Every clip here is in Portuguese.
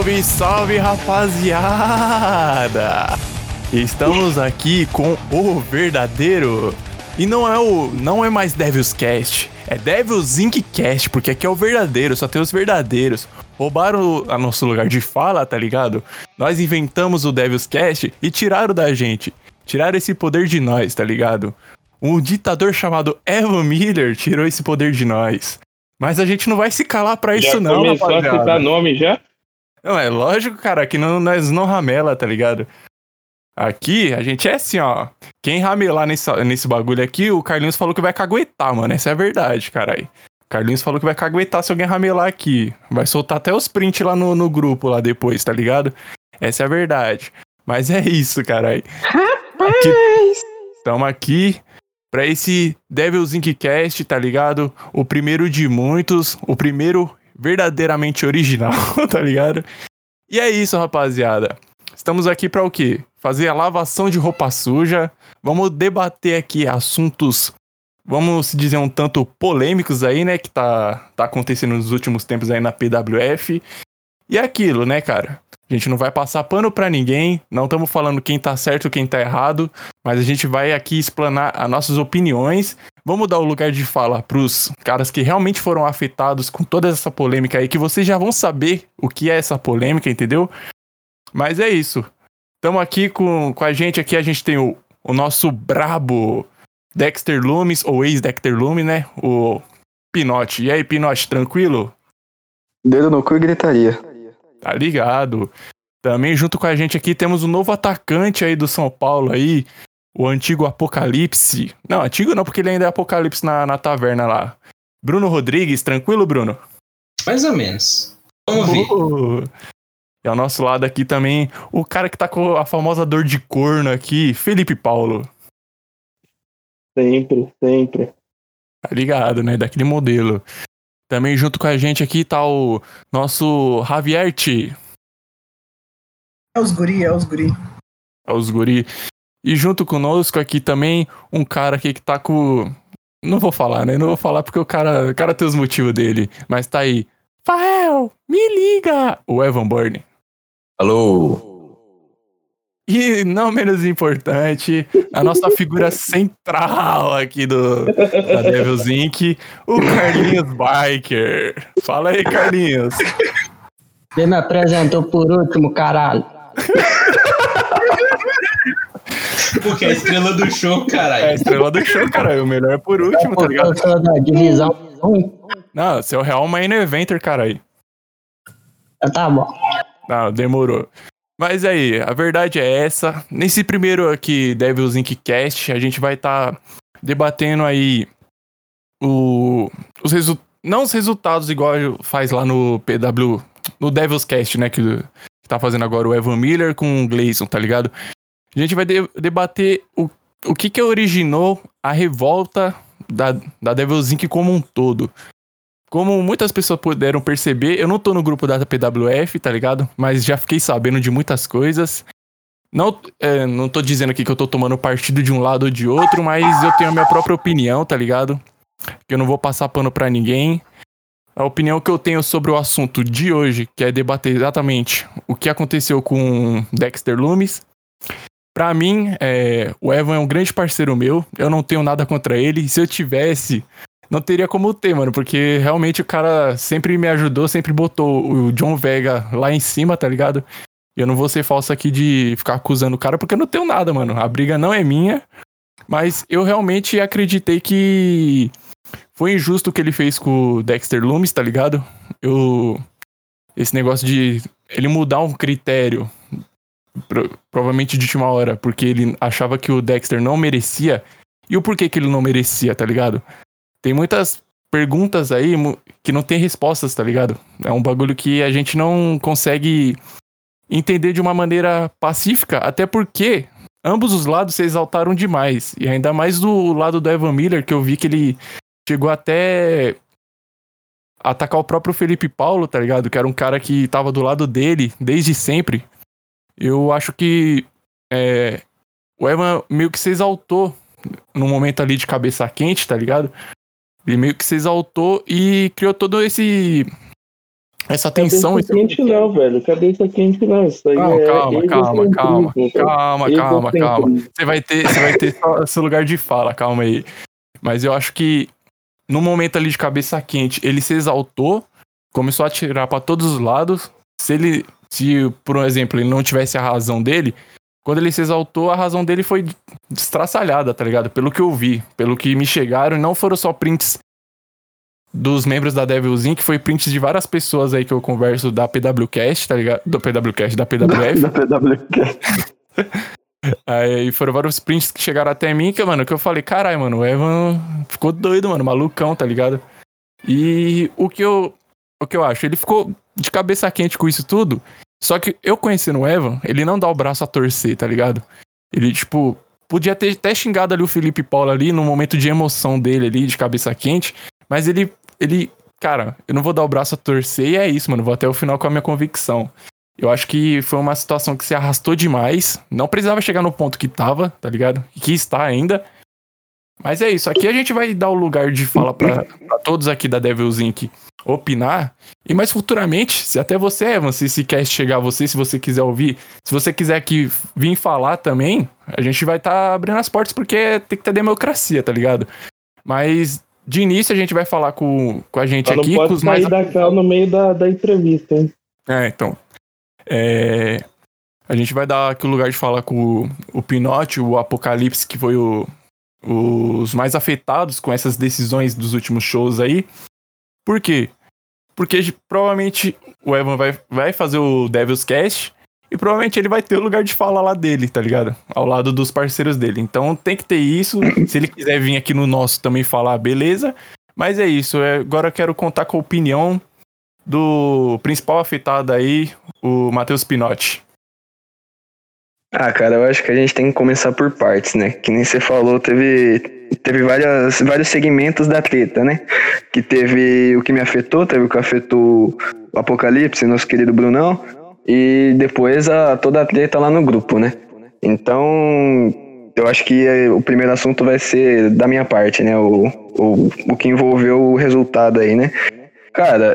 Salve, salve, rapaziada! Estamos aqui com o verdadeiro. E não é mais Devil's Cast, é Devil's Inc Cast, porque aqui é o verdadeiro, só tem os verdadeiros. Roubaram a nosso lugar de fala, tá ligado? Nós inventamos o Devil's Cast e tiraram da gente. Tiraram esse poder de nós, tá ligado? Um ditador chamado Evan Miller tirou esse poder de nós. Mas a gente não vai se calar pra isso não, rapaziada. Já começou a citar nome, já? Não, é lógico, cara, que nós não ramela, tá ligado? Aqui, a gente é assim, ó. Quem ramelar nesse bagulho aqui, o Carlinhos falou que vai caguetar, mano. Essa é a verdade, caralho. O Carlinhos falou que vai caguetar se alguém ramelar aqui. Vai soltar até os prints lá no grupo lá depois, tá ligado? Essa é a verdade. Mas é isso, caralho. Rapaz! Estamos aqui pra esse Devil's Inc Cast, tá ligado? O primeiro de muitos, o primeiro verdadeiramente original, tá ligado? E é isso, rapaziada. Estamos aqui pra o quê? Fazer a lavação de roupa suja. Vamos debater aqui assuntos, vamos dizer, um tanto polêmicos aí, né? Que tá acontecendo nos últimos tempos aí na PWF. E é aquilo, né, cara? A gente não vai passar pano pra ninguém, não estamos falando quem tá certo ou quem tá errado, mas a gente vai aqui explanar as nossas opiniões. Vamos dar o lugar de fala pros caras que realmente foram afetados com toda essa polêmica aí, que vocês já vão saber o que é essa polêmica, entendeu? Mas é isso. Estamos aqui com a gente aqui, a gente tem o nosso brabo Dexter Lumis, ou ex-Dexter Lumis, né? O Pinote. E aí, Pinote, tranquilo? Dedo no cu e gritaria. Tá ligado. Também junto com a gente aqui temos o novo atacante aí do São Paulo aí, o antigo Apocalipse. Não, antigo não, porque ele ainda é Apocalipse na taverna lá. Bruno Rodrigues, tranquilo, Bruno? Mais ou menos. Vamos ver. E ao nosso lado aqui também, o cara que tá com a famosa dor de corno aqui, Felipe Paulo. Sempre. Tá ligado, né? Daquele modelo. Também junto com a gente aqui tá o nosso Javier T. É os guri. É os guri. E junto conosco aqui também, um cara aqui que tá com... Não vou falar, né? Não vou falar porque o cara tem os motivos dele. Mas tá aí. Fael, me liga! O Evan Burn. Alô! E não menos importante, a nossa figura central aqui da Devil's Inc, o Carlinhos Biker. Fala aí, Carlinhos. Você me apresentou por último, caralho. Porque é a estrela do show, caralho. É a estrela do show, caralho. O melhor é por último, tá ligado? Eu sou da divisão 1. Não, você é o real main eventer, caralho. Tá bom. Não, demorou. Mas aí, a verdade é essa. Nesse primeiro aqui, Devil's Inc Cast, a gente vai estar debatendo aí não os resultados igual faz lá no Devil's Cast, né? Que tá fazendo agora o Evan Miller com o Gleison, tá ligado? A gente vai debater o que originou a revolta da Devil's Inc como um todo. Como muitas pessoas puderam perceber, eu não tô no grupo da PWF, tá ligado? Mas já fiquei sabendo de muitas coisas. Não tô dizendo aqui que eu tô tomando partido de um lado ou de outro, mas eu tenho a minha própria opinião, tá ligado? Que eu não vou passar pano pra ninguém. A opinião que eu tenho sobre o assunto de hoje, que é debater exatamente o que aconteceu com Dexter Lumis. Pra mim, o Evan é um grande parceiro meu, eu não tenho nada contra ele. Se eu tivesse... Não teria como ter, mano, porque realmente o cara sempre me ajudou, sempre botou o John Vega lá em cima, tá ligado? E eu não vou ser falso aqui de ficar acusando o cara, porque eu não tenho nada, mano. A briga não é minha, mas eu realmente acreditei que foi injusto o que ele fez com o Dexter Lumis, tá ligado? Esse negócio de ele mudar um critério, provavelmente de última hora, porque ele achava que o Dexter não merecia. E o porquê que ele não merecia, tá ligado? Tem muitas perguntas aí que não tem respostas, tá ligado? É um bagulho que a gente não consegue entender de uma maneira pacífica, até porque ambos os lados se exaltaram demais. E ainda mais do lado do Evan Miller, que eu vi que ele chegou até atacar o próprio Felipe Paulo, tá ligado? Que era um cara que tava do lado dele desde sempre. Eu acho que o Evan meio que se exaltou num momento ali de cabeça quente, tá ligado? Ele meio que se exaltou e criou todo esse essa tensão... Cabeça quente não, velho. Cabeça quente não. Isso aí Calma. egocentrismo. Você vai ter só seu lugar de fala, calma aí. Mas eu acho que no momento ali de cabeça quente, ele se exaltou, começou a atirar pra todos os lados. Se, por exemplo, ele não tivesse a razão dele, quando ele se exaltou, a razão dele foi destraçalhada, tá ligado? Pelo que eu vi, pelo que me chegaram, e não foram só prints dos membros da Devil's Inc., foi prints de várias pessoas aí que eu converso da PWCast, tá ligado? Do PWCast, da PWF. Da PWCast. Aí foram vários prints que chegaram até mim, que eu falei, caralho, mano, o Evan ficou doido, mano, malucão, tá ligado? E o que eu acho, ele ficou de cabeça quente com isso tudo, só que eu conhecendo o Evan, ele não dá o braço a torcer, tá ligado? Ele, tipo, podia ter até xingado ali o Felipe Paulo ali, no momento de emoção dele ali, de cabeça quente, mas ele, cara, eu não vou dar o braço a torcer e é isso, mano, vou até o final com a minha convicção. Eu acho que foi uma situação que se arrastou demais. Não precisava chegar no ponto que tava, tá ligado? E que está ainda. Mas é isso. Aqui a gente vai dar o lugar de fala pra todos aqui da Devil's Inc. opinar. E mais futuramente, se até você, Evan, se quer chegar a você, se você quiser ouvir, se você quiser aqui vir falar também, a gente vai estar abrindo as portas porque tem que ter democracia, tá ligado? Mas de início a gente vai falar com a gente aqui. Não pode sair da cal no meio da entrevista, hein? Então... a gente vai dar aqui o lugar de falar com o Pinote, o Apocalipse, que foi os mais afetados com essas decisões dos últimos shows aí. Por quê? Porque provavelmente o Evan vai fazer o Devil's Cast e provavelmente ele vai ter o lugar de fala lá dele, tá ligado? Ao lado dos parceiros dele. Então tem que ter isso. Se ele quiser vir aqui no nosso também falar, beleza. Mas é isso. Agora eu quero contar com a opinião do principal afetado aí, o Matheus Pinotti. Cara, eu acho que a gente tem que começar por partes, né? Que nem você falou, teve vários segmentos da treta, né? Que teve o que me afetou, teve o que afetou o Apocalipse, nosso querido Brunão, e depois toda a treta lá no grupo, né? Então, eu acho que o primeiro assunto vai ser da minha parte, né? O que envolveu o resultado aí, né? Cara,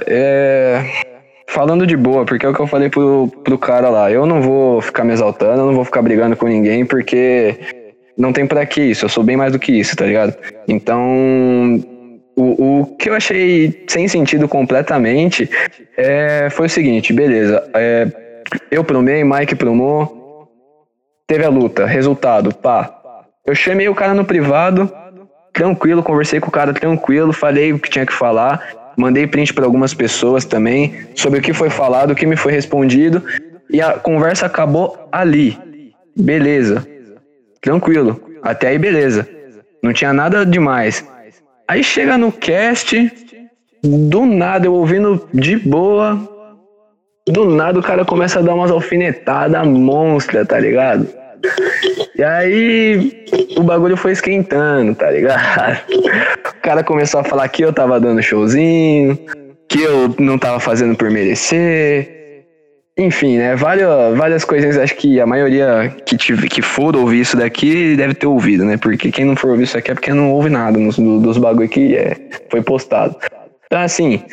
falando de boa, porque é o que eu falei pro cara lá, eu não vou ficar me exaltando, eu não vou ficar brigando com ninguém, porque não tem pra que isso, eu sou bem mais do que isso, tá ligado? Então, o que eu achei sem sentido completamente foi o seguinte, beleza, eu promei, Mike promou, teve a luta, resultado, pá, eu chamei o cara no privado, tranquilo, conversei com o cara tranquilo, falei o que tinha que falar, mandei print para algumas pessoas também sobre o que foi falado, o que me foi respondido, e a conversa acabou ali. Beleza. Tranquilo. Até aí, beleza. Não tinha nada demais. Aí chega no cast, do nada, eu ouvindo de boa, do nada o cara começa a dar umas alfinetadas monstra, tá ligado? E aí o bagulho foi esquentando, tá ligado? O cara começou a falar que eu tava dando showzinho, que eu não tava fazendo por merecer. Enfim, né? Várias coisinhas, acho que a maioria que for ouvir isso daqui deve ter ouvido, né? Porque quem não for ouvir isso aqui é porque não ouve nada dos bagulho que foi postado. Então, assim,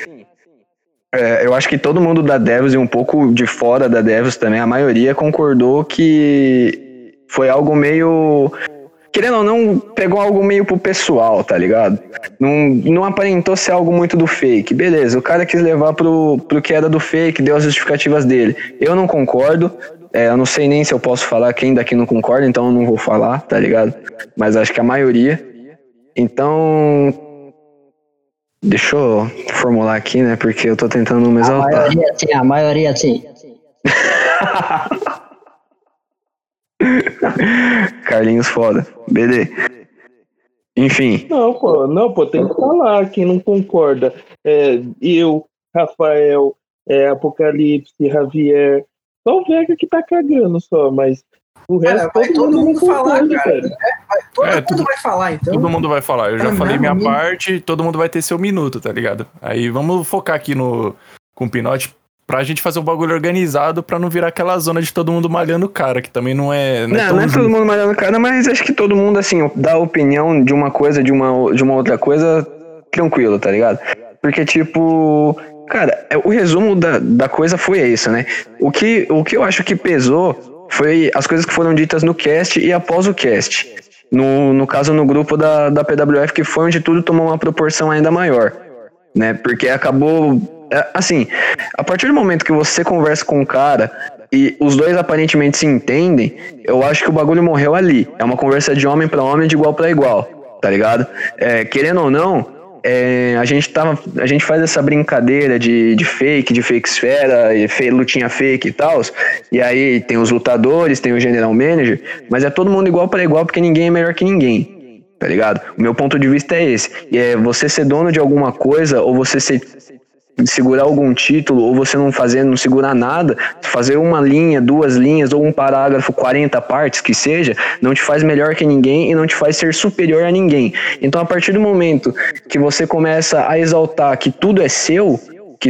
eu acho que todo mundo da Devils e um pouco de fora da Devils também, a maioria concordou que foi algo meio... Querendo ou não, pegou algo meio pro pessoal, tá ligado? Não aparentou ser algo muito do fake. Beleza, o cara quis levar pro que era do fake, deu as justificativas dele. Eu não concordo, eu não sei nem se eu posso falar quem daqui não concorda, então eu não vou falar, tá ligado? Mas acho que a maioria. Então, deixa eu formular aqui, né? Porque eu tô tentando não me exaltar. A maioria sim. Carlinhos foda. BD. Enfim. Não, pô, tem que falar quem não concorda. Eu, Rafael, Apocalipse, Javier. Só o Vega que tá cagando só, mas o resto vai todo mundo falar, cara. Todo mundo vai falar, então. Todo mundo vai falar. Eu já falei minha parte, todo mundo vai ter seu minuto, tá ligado? Aí vamos focar aqui com o Pinotti pra gente fazer um bagulho organizado pra não virar aquela zona de todo mundo malhando o cara, que também não é... Não é todo mundo malhando o cara, mas acho que todo mundo, assim, dá opinião de uma coisa, de uma outra coisa, tranquilo, tá ligado? Porque, tipo, cara, o resumo da coisa foi isso, né? O que eu acho que pesou foi as coisas que foram ditas no cast e após o cast. No caso, no grupo da PWF, que foi onde tudo tomou uma proporção ainda maior, né? Porque acabou... Assim, a partir do momento que você conversa com um cara e os dois aparentemente se entendem, eu acho que o bagulho morreu ali. É uma conversa de homem pra homem, de igual pra igual, tá ligado? Querendo ou não, a gente faz essa brincadeira de fake esfera, lutinha fake e tal, e aí tem os lutadores, tem o general manager, mas é todo mundo igual pra igual, porque ninguém é melhor que ninguém, tá ligado? O meu ponto de vista é esse, e é você ser dono de alguma coisa, ou você segurar algum título, ou você não segurar nada, fazer uma linha, 2 linhas, ou um parágrafo, 40 partes que seja, não te faz melhor que ninguém e não te faz ser superior a ninguém. Então, a partir do momento que você começa a exaltar que tudo é seu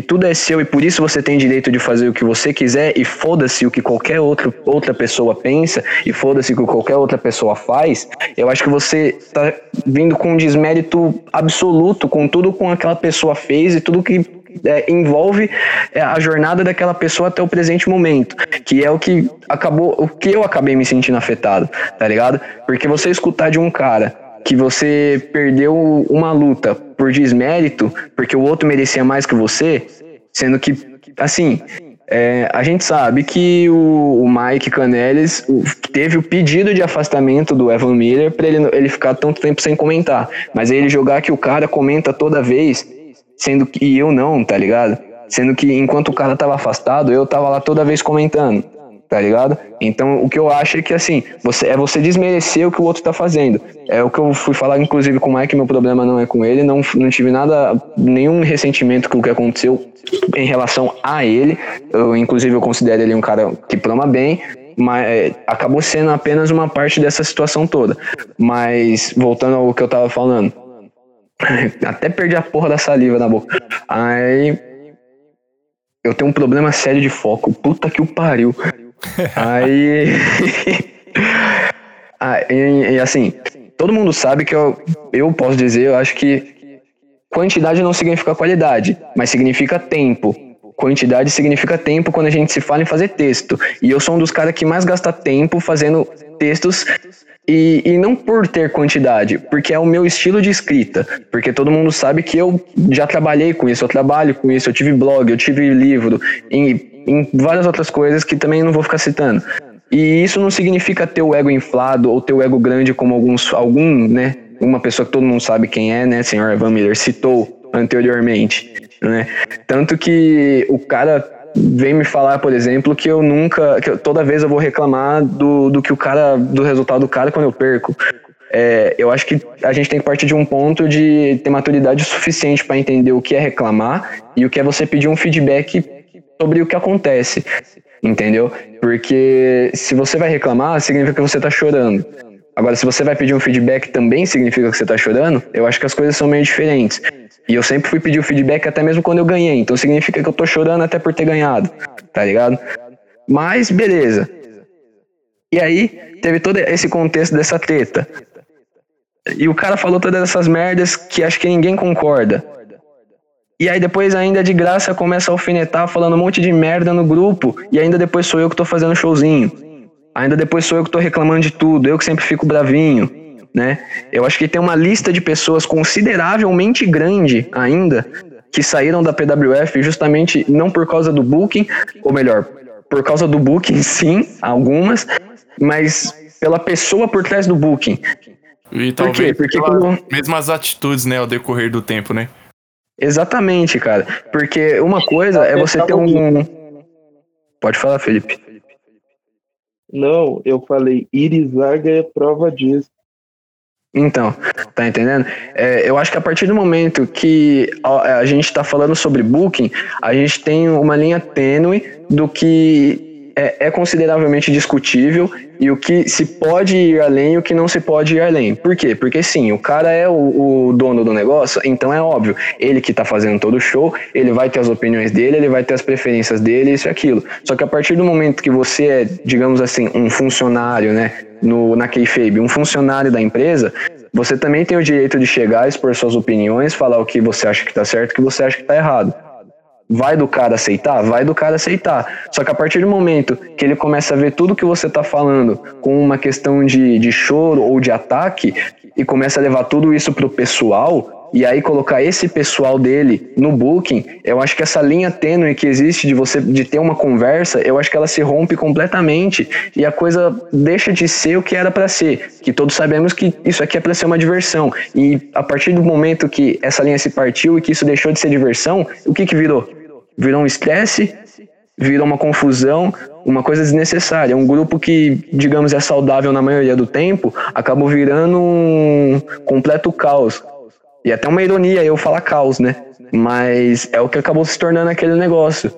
e por isso você tem direito de fazer o que você quiser e foda-se o que qualquer outra pessoa pensa e foda-se o que qualquer outra pessoa faz, eu acho que você tá vindo com um desmérito absoluto com tudo que aquela pessoa fez e tudo que envolve a jornada daquela pessoa até o presente momento, que é o que eu acabei me sentindo afetado, tá ligado? Porque você escutar de um cara que você perdeu uma luta por desmérito, porque o outro merecia mais que você, sendo que, assim, a gente sabe que o Mike Kanellis teve o pedido de afastamento do Evan Miller pra ele ficar tanto tempo sem comentar, mas aí ele jogar que o cara comenta toda vez, sendo que eu não, tá ligado? Sendo que enquanto o cara tava afastado, eu tava lá toda vez comentando, tá ligado? Então, o que eu acho é que, assim, você desmerecer o que o outro tá fazendo. É o que eu fui falar, inclusive, com o Mike, meu problema não é com ele, não tive nenhum ressentimento com o que aconteceu em relação a ele. Inclusive, eu considero ele um cara que proma bem, mas acabou sendo apenas uma parte dessa situação toda. Mas, voltando ao que eu tava falando, até perdi a porra da saliva na boca. Aí eu tenho um problema sério de foco. Puta que o pariu. Aí e assim, todo mundo sabe que eu posso dizer, eu acho que quantidade não significa qualidade, mas significa tempo. Quantidade significa tempo quando a gente se fala em fazer texto. E eu sou um dos caras que mais gasta tempo fazendo textos. E não por ter quantidade, porque é o meu estilo de escrita, porque todo mundo sabe que eu já trabalhei com isso, eu trabalho com isso, eu tive blog, eu tive livro, em várias outras coisas que também não vou ficar citando. E isso não significa ter o ego inflado ou ter o ego grande como né, uma pessoa que todo mundo sabe quem é, né, senhor Evan Miller citou anteriormente, né, tanto que o cara vem me falar, por exemplo, que toda vez eu vou reclamar do resultado do cara quando eu perco. Eu acho que a gente tem que partir de um ponto de ter maturidade suficiente para entender o que é reclamar e o que é você pedir um feedback sobre o que acontece, entendeu? Porque se você vai reclamar, significa que você tá chorando. Agora, se você vai pedir um feedback, também significa que você tá chorando. Eu acho que as coisas são meio diferentes. E eu sempre fui pedir o feedback até mesmo quando eu ganhei. Então significa que eu tô chorando até por ter ganhado, tá ligado? Mas, beleza. E aí, teve todo esse contexto dessa treta. E o cara falou todas essas merdas que acho que ninguém concorda. E aí depois ainda de graça começa a alfinetar falando um monte de merda no grupo. E ainda depois sou eu que tô fazendo showzinho. Ainda depois sou eu que tô reclamando de tudo. Eu que sempre fico bravinho, né? Eu acho que tem uma lista de pessoas consideravelmente grande ainda que saíram da PWF justamente não por causa do booking, ou melhor, por causa do booking sim, algumas, mas pela pessoa por trás do booking. E por quê? Porque mesmas atitudes, né, ao decorrer do tempo, né? Exatamente, cara. Porque uma coisa é você ter um... Pode falar, Felipe. Não, eu falei, Iris Varga é prova disso. Então, tá entendendo? Eu acho que a partir do momento que a gente tá falando sobre booking, a gente tem uma linha tênue do que é consideravelmente discutível e o que se pode ir além e o que não se pode ir além. Por quê? Porque sim, o cara é o dono do negócio, então é óbvio, ele que tá fazendo todo o show, ele vai ter as opiniões dele, ele vai ter as preferências dele, isso e aquilo. Só que a partir do momento que você é, digamos assim, um funcionário, né, na kayfabe, um funcionário da empresa, você também tem o direito de chegar, expor suas opiniões, falar o que você acha que tá certo e o que você acha que tá errado. Vai do cara aceitar? Vai do cara aceitar. Só que a partir do momento que ele começa a ver tudo que você tá falando com uma questão de choro ou de ataque e começa a levar tudo isso pro pessoal, e aí colocar esse pessoal dele no booking, eu acho que essa linha tênue que existe de ter uma conversa, eu acho que ela se rompe completamente e a coisa deixa de ser o que era pra ser, que todos sabemos que isso aqui é pra ser uma diversão, e a partir do momento que essa linha se partiu e que isso deixou de ser diversão, o que virou? Virou um estresse, virou uma confusão, uma coisa desnecessária. Um grupo que, digamos, é saudável na maioria do tempo, acabou virando um completo caos. E até uma ironia eu falar caos, né? Mas é o que acabou se tornando aquele negócio.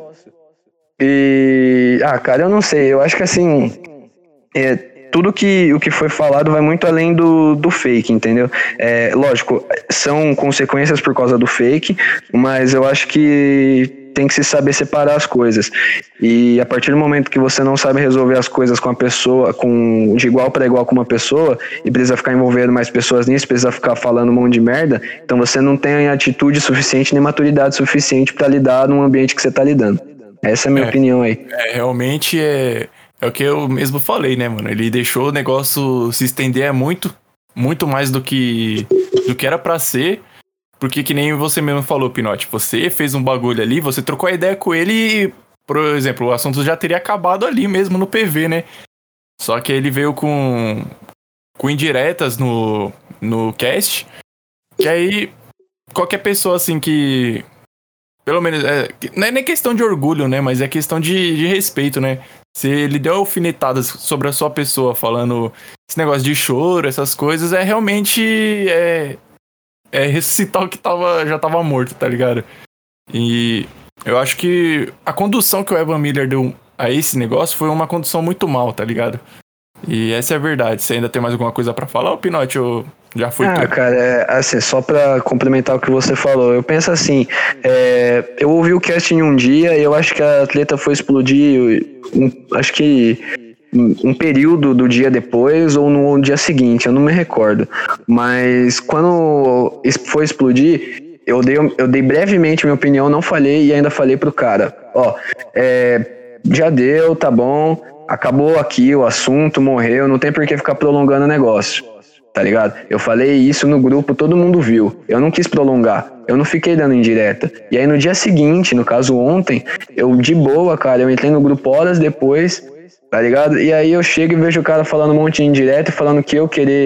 E... cara, eu não sei. Eu acho que, assim... tudo o que foi falado vai muito além do fake, entendeu? Lógico, são consequências por causa do fake, mas eu acho que tem que se saber separar as coisas. E a partir do momento que você não sabe resolver as coisas com a pessoa, de igual para igual com uma pessoa, e precisa ficar envolvendo mais pessoas nisso, precisa ficar falando um monte de merda, então você não tem atitude suficiente nem maturidade suficiente para lidar num ambiente que você tá lidando. Essa é a minha opinião aí. Realmente é o que eu mesmo falei, né, mano? Ele deixou o negócio se estender muito mais do que era pra ser. Porque que nem você mesmo falou, Pinote, você fez um bagulho ali, você trocou a ideia com ele e, por exemplo, o assunto já teria acabado ali mesmo no PV, né? Só que ele veio com indiretas no cast, que aí qualquer pessoa assim que, pelo menos, não é nem questão de orgulho, né? Mas é questão de respeito, né? Se ele deu alfinetadas sobre a sua pessoa falando esse negócio de choro, essas coisas, realmente ressuscitar o que já tava morto, tá ligado? E eu acho que a condução que o Evan Miller deu a esse negócio foi uma condução muito mal, tá ligado? E essa é a verdade. Você ainda tem mais alguma coisa pra falar, ou Pinote, ou já foi tudo? Cara, assim, só pra complementar o que você falou, eu penso assim, eu ouvi o cast em um dia e eu acho que a atleta foi explodir, acho que um período do dia depois ou no dia seguinte, eu não me recordo. Mas quando foi explodir, eu dei brevemente minha opinião, não falei e ainda falei pro cara, já deu, tá bom, acabou aqui o assunto, morreu, não tem por que ficar prolongando o negócio, tá ligado? Eu falei isso no grupo, todo mundo viu, eu não quis prolongar, eu não fiquei dando indireta. E aí no dia seguinte, no caso ontem, eu de boa, cara, eu entrei no grupo horas depois, tá ligado? E aí eu chego e vejo o cara falando um monte de indireta, falando que eu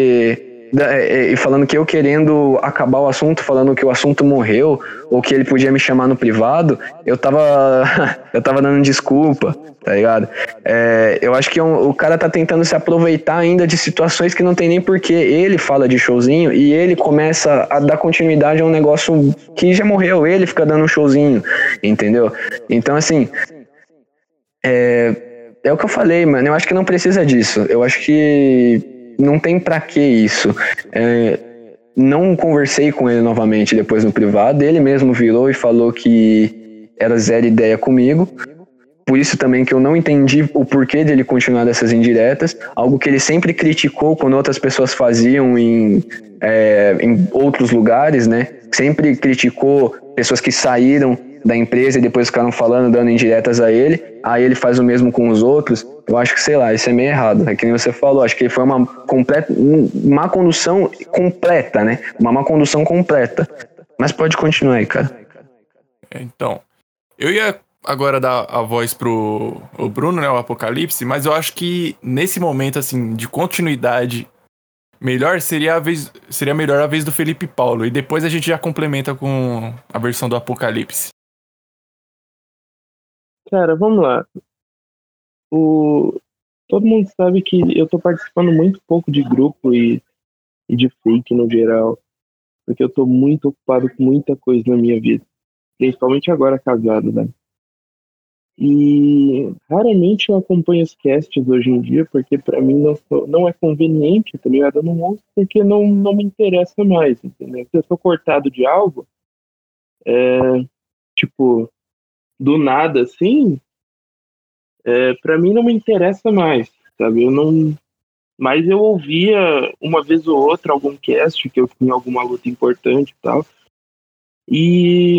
querendo acabar o assunto, falando que o assunto morreu, ou que ele podia me chamar no privado, eu tava dando desculpa, tá ligado? Eu acho que o cara tá tentando se aproveitar ainda de situações que não tem nem porquê. Ele fala de showzinho e ele começa a dar continuidade a um negócio que já morreu, ele fica dando um showzinho, entendeu? Então, assim, é o que eu falei, mano, eu acho que não precisa disso, eu acho que não tem pra que isso. Não conversei com ele novamente depois no privado, ele mesmo virou e falou que era zero ideia comigo, por isso também que eu não entendi o porquê dele continuar dessas indiretas, algo que ele sempre criticou quando outras pessoas faziam em outros lugares, né, sempre criticou pessoas que saíram da empresa e depois ficaram falando, dando indiretas a ele, aí ele faz o mesmo com os outros. Eu acho que, sei lá, isso é meio errado, é que nem você falou, acho que foi uma má condução completa, né, uma má condução completa, mas pode continuar aí, cara. Então, eu ia agora dar a voz pro Bruno, né, o Apocalipse, mas eu acho que nesse momento, assim, de continuidade, seria melhor a vez do Felipe Paulo, e depois a gente já complementa com a versão do Apocalipse. Cara, vamos lá. Todo mundo sabe que eu tô participando muito pouco de grupo e de fake no geral, porque eu tô muito ocupado com muita coisa na minha vida, principalmente agora casado, né? E raramente eu acompanho os casts hoje em dia, porque pra mim não é conveniente, tá ligado? Eu não ouço porque não me interessa mais, entendeu? Se eu sou cortado de algo, tipo, do nada assim, pra mim não me interessa mais, sabe? Mas eu ouvia uma vez ou outra algum cast que eu tinha alguma luta importante e tal, e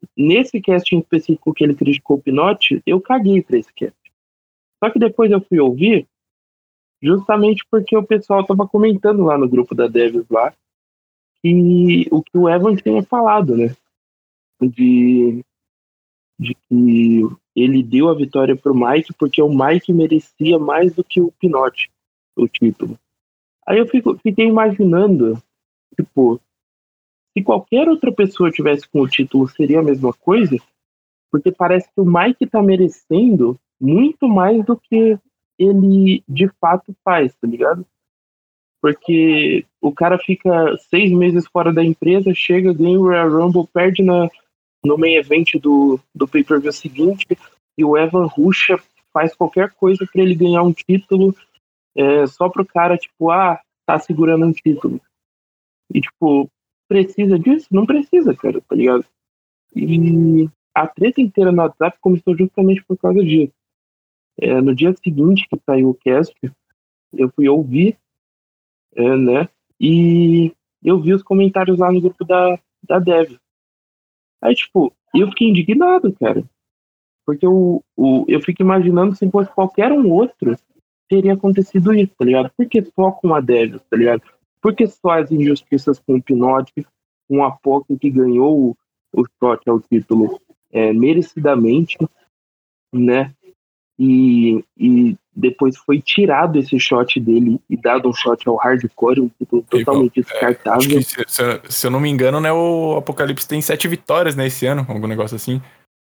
nesse cast em específico que ele criticou o Pinote, eu caguei pra esse cast. Só que depois eu fui ouvir, justamente porque o pessoal tava comentando lá no grupo da Devils lá, que o que o Evan tinha falado, né? De que ele deu a vitória pro Mike porque o Mike merecia mais do que o Pinote, o título. Aí eu fiquei imaginando, tipo, se qualquer outra pessoa tivesse com o título, seria a mesma coisa? Porque parece que o Mike tá merecendo muito mais do que ele de fato faz, tá ligado? Porque o cara fica 6 meses fora da empresa, chega, ganha o Royal Rumble, perde no main event do pay-per-view seguinte, e o Evan rusha, faz qualquer coisa pra ele ganhar um título, só pro cara, tipo, tá segurando um título. E, tipo, precisa disso? Não precisa, cara, tá ligado? E a treta inteira no WhatsApp começou justamente por causa disso. No dia seguinte que saiu o cast, eu fui ouvir, né? E eu vi os comentários lá no grupo da Dev. Aí, tipo, eu fiquei indignado, cara. Porque eu fico imaginando se fosse qualquer um outro, teria acontecido isso, tá ligado? Por que só com a Dev, tá ligado? Por que só as injustiças com o Pinote, com a POC que ganhou o shot ao título merecidamente, né? E depois foi tirado esse shot dele e dado um shot ao Hardcore, um título totalmente descartável. Acho que, se eu não me engano, né, o Apocalipse tem 7 vitórias, né, esse ano, algum negócio assim.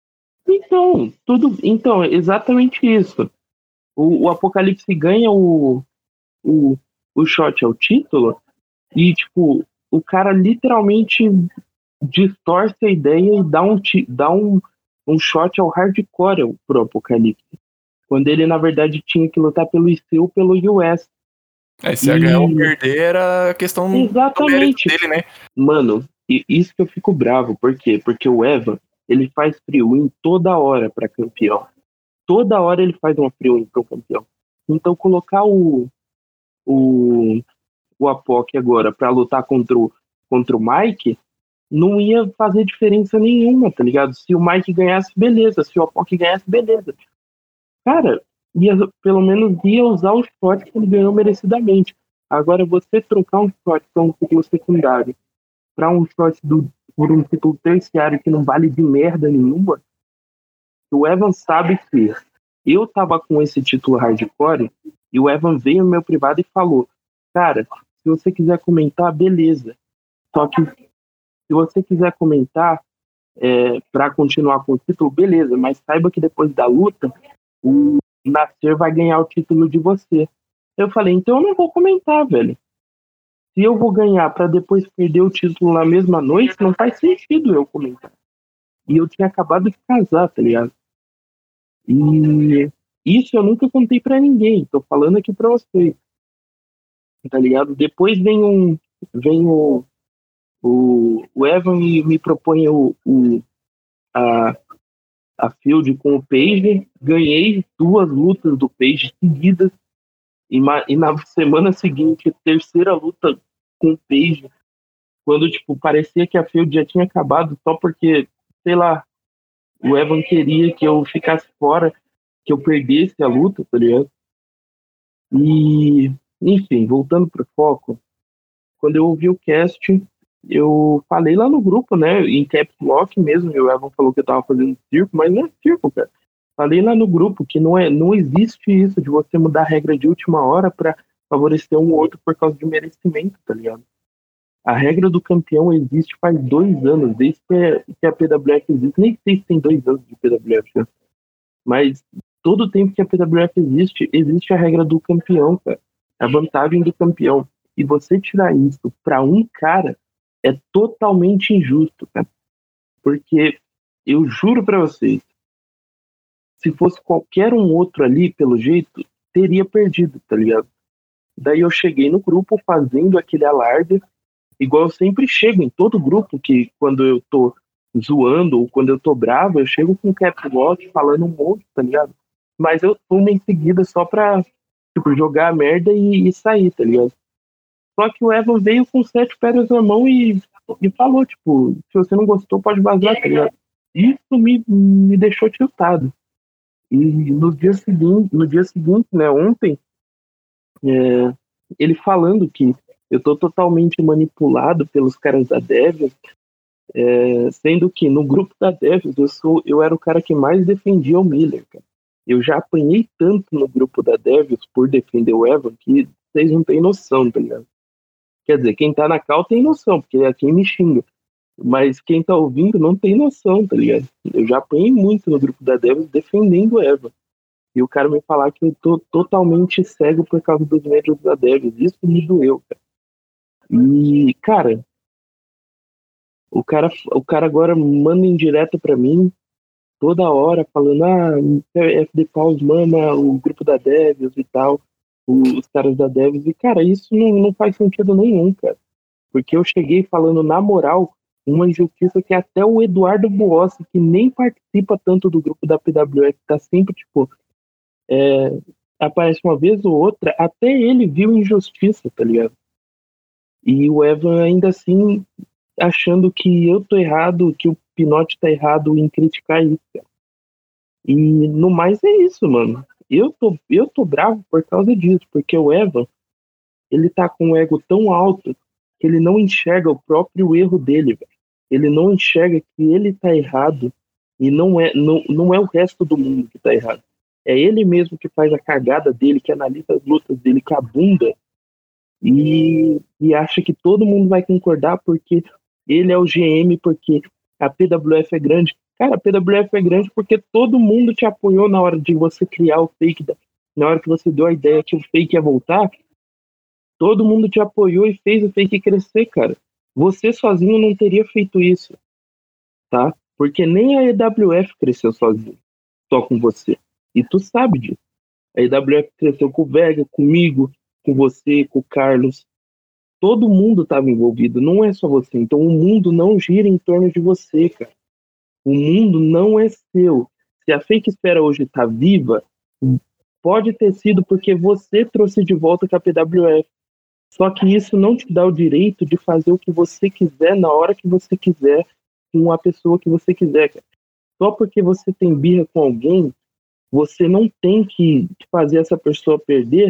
Então, exatamente isso. O Apocalipse ganha o shot ao título e, tipo, o cara literalmente distorce a ideia e dá um shot ao Hardcore pro Apocalipse. Quando ele, na verdade, tinha que lutar pelo IC ou pelo US. Se a ganhar ou perder era questão do mérito dele, né? Mano, isso que eu fico bravo. Por quê? Porque o Evan, ele faz free-win toda hora pra campeão. Toda hora ele faz uma free-win pro campeão. Então, colocar o Apoc agora pra lutar contra o Mike não ia fazer diferença nenhuma, tá ligado? Se o Mike ganhasse, beleza. Se o Apoc ganhasse, beleza. Cara, pelo menos ia usar o shot que ele ganhou merecidamente. Agora, você trocar um shot para um título secundário para um shot por um título terciário que não vale de merda nenhuma, o Evan sabe que eu tava com esse título hardcore e o Evan veio no meu privado e falou, cara, se você quiser comentar, beleza. Só que se você quiser comentar para continuar com o título, beleza, mas saiba que depois da luta o Nasser vai ganhar o título de você. Eu falei, então eu não vou comentar, velho. Se eu vou ganhar pra depois perder o título na mesma noite, não faz sentido eu comentar. E eu tinha acabado de casar, tá ligado? E isso eu nunca contei pra ninguém. Tô falando aqui pra vocês. Tá ligado? Depois vem o Evan e me propõe a field com o Page, ganhei 2 lutas do Page seguidas e na semana seguinte, terceira luta com o Page, quando, tipo, parecia que a field já tinha acabado só porque, sei lá, o Evan queria que eu ficasse fora, que eu perdesse a luta, tá ligado? E, enfim, voltando pro foco, quando eu ouvi o cast, eu falei lá no grupo, né, em caps lock mesmo, e o Evan falou que eu tava fazendo circo, mas não é circo, cara. Falei lá no grupo que não existe isso de você mudar a regra de última hora pra favorecer um ou outro por causa de merecimento, tá ligado? A regra do campeão existe faz 2 anos, desde que a PWF existe. Nem sei se tem 2 anos de PWF, né? Mas todo o tempo que a PWF existe a regra do campeão, cara. A vantagem do campeão. E você tirar isso pra um cara é totalmente injusto, cara. Porque eu juro pra vocês, se fosse qualquer um outro ali, pelo jeito, teria perdido, tá ligado? Daí eu cheguei no grupo fazendo aquele alarde, igual eu sempre chego em todo grupo, que quando eu tô zoando ou quando eu tô bravo, eu chego com cap lock falando um monte, tá ligado? Mas eu tomo em seguida só pra, tipo, jogar a merda e sair, tá ligado? Só que o Evan veio com 7 pedras na mão e falou, tipo, se você não gostou, pode vazar, tá ligado? isso me deixou tiltado. E no dia seguinte, né, ontem, ele falando que eu tô totalmente manipulado pelos caras da Devils, sendo que no grupo da Devils eu era o cara que mais defendia o Miller, cara. Eu já apanhei tanto no grupo da Devils por defender o Evan que vocês não têm noção, tá ligado? Quer dizer, quem tá na cal tem noção, porque é quem me xinga. Mas quem tá ouvindo não tem noção, tá ligado? Eu já apanhei muito no grupo da Devils defendendo o Evan. E o cara me falar que eu tô totalmente cego por causa dos médios da Devils. Isso me doeu, cara. E, cara, o cara agora manda indireto pra mim, toda hora, falando, FD Paus mama o grupo da Devils e tal, os caras da Devils. E, cara, isso não faz sentido nenhum, cara. Porque eu cheguei falando, na moral, uma injustiça que até o Eduardo Buossi, que nem participa tanto do grupo da PWF, tá sempre, tipo, aparece uma vez ou outra, até ele viu injustiça, tá ligado? E o Evan ainda assim achando que eu tô errado, que o Pinote tá errado em criticar isso, cara. E no mais é isso, mano. Eu tô bravo por causa disso, porque o Evan, ele tá com um ego tão alto que ele não enxerga o próprio erro dele, velho. Ele não enxerga que ele tá errado e não é o resto do mundo que tá errado. É ele mesmo que faz a cagada dele, que analisa as lutas dele com a bunda e acha que todo mundo vai concordar porque ele é o GM, porque a PWF é grande. Cara, a PWF é grande porque todo mundo te apoiou na hora de você criar o fake, na hora que você deu a ideia que o fake ia voltar, todo mundo te apoiou e fez o fake crescer, cara. Você sozinho não teria feito isso, tá? Porque nem a EWF cresceu sozinho, só com você. E tu sabe disso. A EWF cresceu com o Vega, comigo, com você, com o Carlos. Todo mundo estava envolvido, não é só você. Então o mundo não gira em torno de você, cara. O mundo não é seu. Se a Fake Espera hoje tá viva, pode ter sido porque você trouxe de volta com a PWF. Só que isso não te dá o direito de fazer o que você quiser, na hora que você quiser, com a pessoa que você quiser, cara. Só porque você tem birra com alguém, você não tem que fazer essa pessoa perder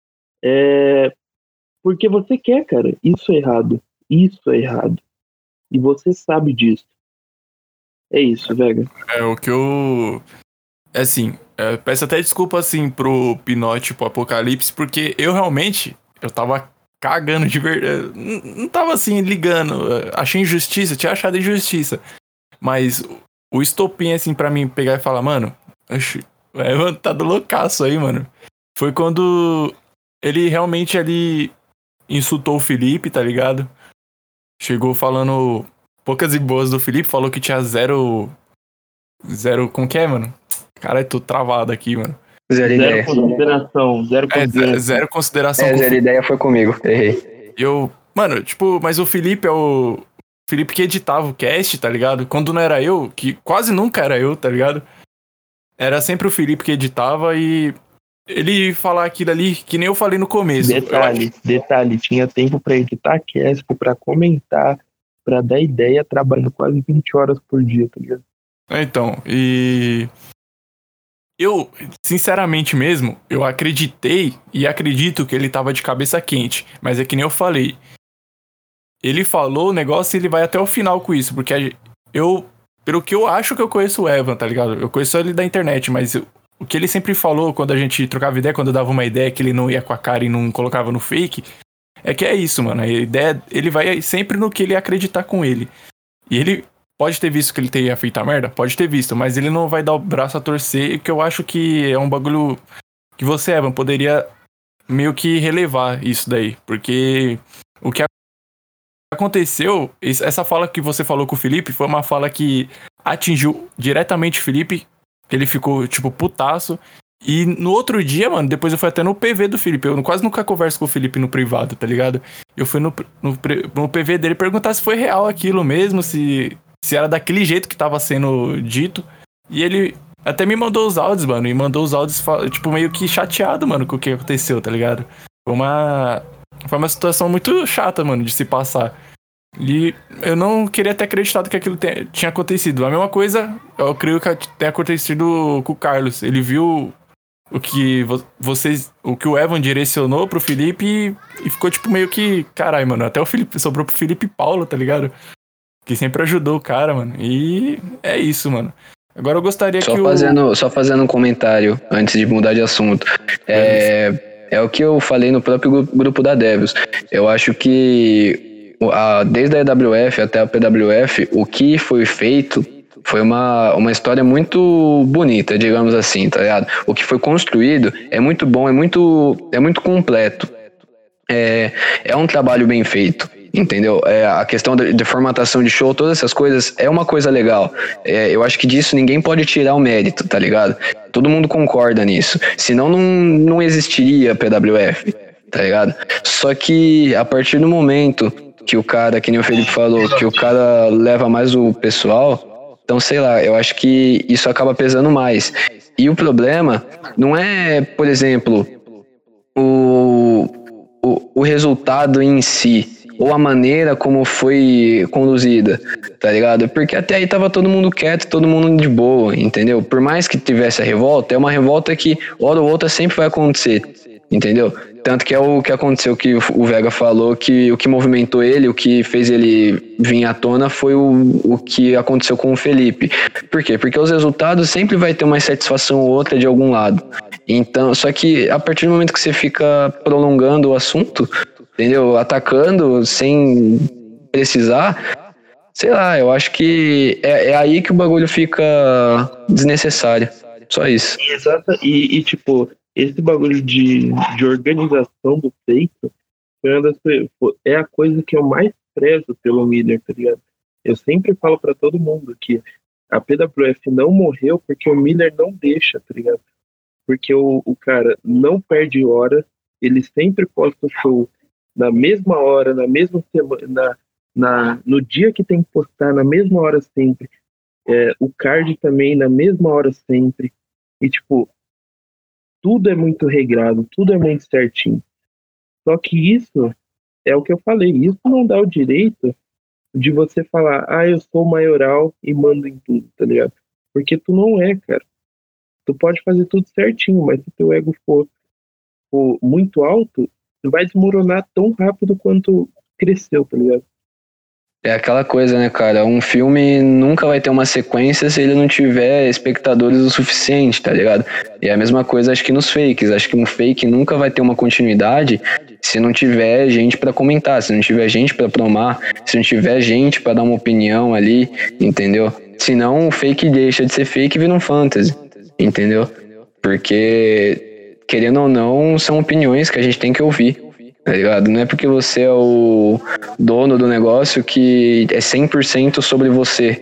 porque você quer, cara. Isso é errado. Isso é errado. E você sabe disso. É isso, Vega. O que eu... Assim, peço até desculpa, assim, pro Pinote, pro Apocalipse, porque eu realmente, eu tava cagando de verdade. Não tava, assim, ligando. Achei injustiça, tinha achado injustiça. Mas o estopim, assim, pra mim pegar e falar, mano, tá do loucaço aí, mano. Foi quando ele realmente ali insultou o Felipe, tá ligado? Chegou falando poucas e boas do Felipe, falou que tinha zero, como que é, mano? Caralho, tô travado aqui, mano. Zero consideração. Zero consideração. Zero ideia foi comigo, errei. Mano, tipo, mas o Felipe é o Felipe que editava o cast, tá ligado? Quando não era eu, que quase nunca era eu, tá ligado? Era sempre o Felipe que editava e ele falar aquilo ali que nem eu falei no começo. Detalhe, tinha tempo pra editar cast, pra comentar, pra dar ideia, trabalhando quase 20 horas por dia, tá ligado? Então, e eu, sinceramente mesmo, eu acreditei e acredito que ele tava de cabeça quente, mas é que nem eu falei. Ele falou o negócio e ele vai até o final com isso, porque pelo que eu acho que eu conheço o Evan, tá ligado? Eu conheço ele da internet, mas o que ele sempre falou quando a gente trocava ideia, quando eu dava uma ideia que ele não ia com a cara e não colocava no fake, é que é isso, mano. A ideia, ele vai sempre no que ele acreditar com ele. E ele pode ter visto que ele teria feito a merda? Pode ter visto, mas ele não vai dar o braço a torcer, que eu acho que é um bagulho que você, Evan, poderia meio que relevar isso daí. Porque o que aconteceu, essa fala que você falou com o Felipe, foi uma fala que atingiu diretamente o Felipe, que ele ficou, tipo, putaço. E no outro dia, mano, depois eu fui até no PV do Felipe. Eu quase nunca converso com o Felipe no privado, tá ligado? Eu fui no PV dele perguntar se foi real aquilo mesmo, se era daquele jeito que tava sendo dito. E ele até me mandou os áudios, mano. E mandou os áudios, tipo, meio que chateado, mano, com o que aconteceu, tá ligado? Foi uma situação muito chata, mano, de se passar. E eu não queria ter acreditado que aquilo tinha acontecido. A mesma coisa, eu creio que tenha acontecido com o Carlos. Ele viu o que o que o Evan direcionou pro Felipe e ficou tipo meio que, caralho, mano, até o Felipe sobrou pro Felipe Paulo, tá ligado? Que sempre ajudou o cara, mano. E é isso, mano. Agora eu gostaria Só fazendo um comentário antes de mudar de assunto. É o que eu falei no próprio grupo da Devils. Eu acho que desde a EWF até a PWF, o que foi feito foi uma história muito bonita, digamos assim, tá ligado? O que foi construído é muito bom, é muito completo. É um trabalho bem feito, entendeu? A questão de formatação de show, todas essas coisas, é uma coisa legal. Eu acho que disso ninguém pode tirar o mérito, tá ligado? Todo mundo concorda nisso. Senão não existiria a PWF, tá ligado? Só que a partir do momento que o cara, que nem o Felipe falou, que o cara leva mais o pessoal, então sei lá, eu acho que isso acaba pesando mais. E o problema não é, por exemplo, o resultado em si, ou a maneira como foi conduzida, tá ligado? Porque até aí tava todo mundo quieto, todo mundo de boa, entendeu? Por mais que tivesse a revolta, é uma revolta que hora ou outra sempre vai acontecer, entendeu? Tanto que é o que aconteceu, que o Vega falou, que o que movimentou ele, o que fez ele vir à tona foi o que aconteceu com o Felipe. Por quê? Porque os resultados sempre vai ter uma insatisfação ou outra de algum lado. Então, só que a partir do momento que você fica prolongando o assunto, entendeu? Atacando sem precisar, sei lá, eu acho que é aí que o bagulho fica desnecessário. Só isso. Exato, e tipo, esse bagulho de organização do feito é a coisa que eu mais prezo pelo Miller, tá ligado? Eu sempre falo pra todo mundo que a PWF não morreu porque o Miller não deixa, tá ligado? Porque o cara não perde hora, ele sempre posta o show na mesma hora, na mesma semana, no dia que tem que postar, na mesma hora sempre. O card também na mesma hora sempre. E tipo, tudo é muito regrado, tudo é muito certinho. Só que isso é o que eu falei, isso não dá o direito de você falar, eu sou maioral e mando em tudo, tá ligado? Porque tu não é, cara. Tu pode fazer tudo certinho, mas se teu ego for muito alto, tu vai desmoronar tão rápido quanto cresceu, tá ligado? É aquela coisa, né, cara? Um filme nunca vai ter uma sequência se ele não tiver espectadores o suficiente, tá ligado? E é a mesma coisa, acho que nos fakes. Acho que um fake nunca vai ter uma continuidade se não tiver gente pra comentar, se não tiver gente pra promar, se não tiver gente pra dar uma opinião ali, entendeu? Senão o fake deixa de ser fake e vira um fantasy, entendeu? Porque, querendo ou não, são opiniões que a gente tem que ouvir. Tá ligado? Não é porque você é o dono do negócio que é 100% sobre você.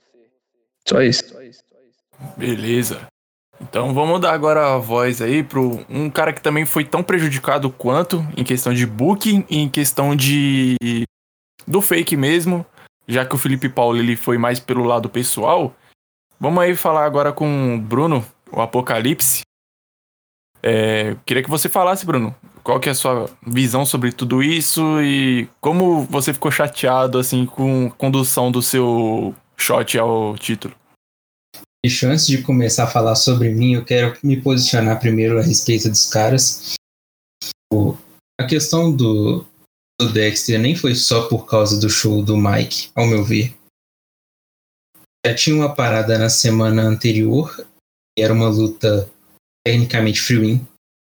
Só isso. Beleza. Então vamos dar agora a voz aí pro um cara que também foi tão prejudicado quanto em questão de booking e em questão do fake mesmo, já que o Felipe Paulo ele foi mais pelo lado pessoal. Vamos aí falar agora com o Bruno, o Apocalipse. Queria que você falasse, Bruno, qual que é a sua visão sobre tudo isso e como você ficou chateado assim com a condução do seu shot ao título. Deixa, antes de começar a falar sobre mim, eu quero me posicionar primeiro a respeito dos caras. A questão do Dexter nem foi só por causa do show do Mike, ao meu ver. Já tinha uma parada na semana anterior, que era uma luta tecnicamente free-win.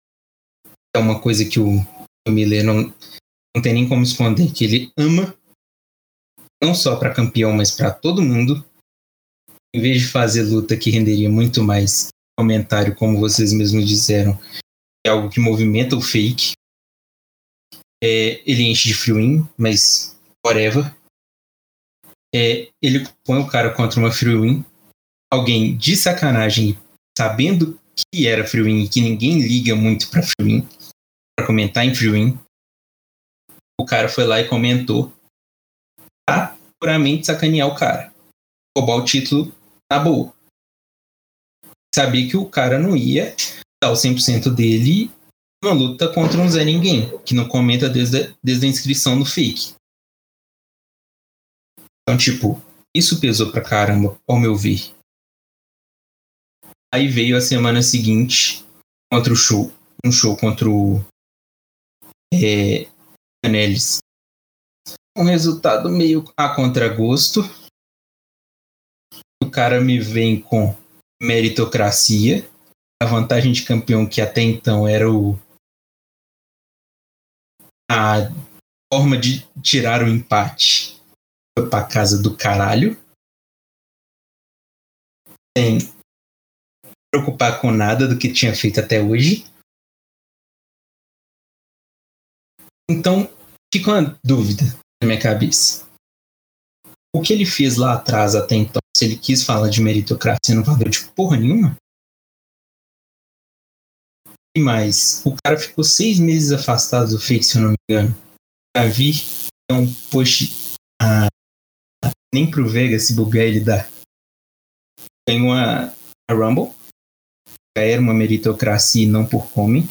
É uma coisa que o Miller não tem nem como esconder, que ele ama, não só para campeão, mas para todo mundo. Em vez de fazer luta que renderia muito mais comentário, como vocês mesmos disseram, é algo que movimenta o fake. Ele enche de free-win, mas whatever. Ele põe o cara contra uma free-win, alguém de sacanagem, sabendo que era free-win e que ninguém liga muito pra free-win, pra comentar em free-win. O cara foi lá e comentou pra puramente sacanear o cara, roubar o título na boa. Sabia que o cara não ia dar o 100% dele numa luta contra um Zé Ninguém, que não comenta desde a inscrição no fake. Então, tipo, isso pesou pra caramba, ao meu ver. Aí veio a semana seguinte contra o show. Um show contra o Canelis. Um resultado meio a contragosto. O cara me vem com meritocracia. A vantagem de campeão que até então era a forma de tirar o empate. Foi pra casa do caralho. Sem preocupar com nada do que tinha feito até hoje. Então, fica uma dúvida na minha cabeça. O que ele fez lá atrás até então, se ele quis falar de meritocracia, não valeu de porra nenhuma? E mais, o cara ficou 6 meses afastado do Fake, se eu não me engano. Pra vir, então, poxa, nem pro Vega se bugar ele dá. Ganhou a Rumble, já era uma meritocracia e não por comment.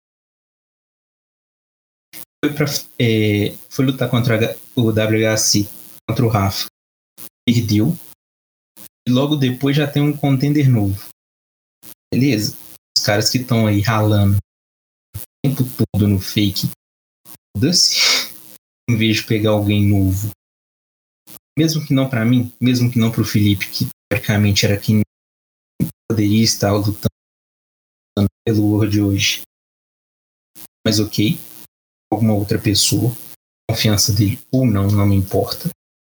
Foi lutar contra o WHC, contra o Rafa. Perdeu. E logo depois já tem um contender novo. Beleza? Os caras que estão aí ralando o tempo todo no Fake, foda-se, em vez de pegar alguém novo. Mesmo que não pra mim, mesmo que não pro Felipe, que praticamente era quem poderia estar lutando pelo World hoje. Mas ok, alguma outra pessoa, a confiança dele ou não, não me importa.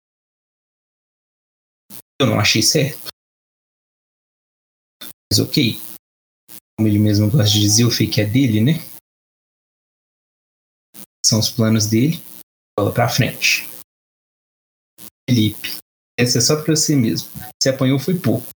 Eu não achei certo. Mas ok. Como ele mesmo gosta de dizer, o Fake é dele, né? São os planos dele. Bola pra frente. Felipe, essa é só pra você mesmo. Você apanhou foi pouco.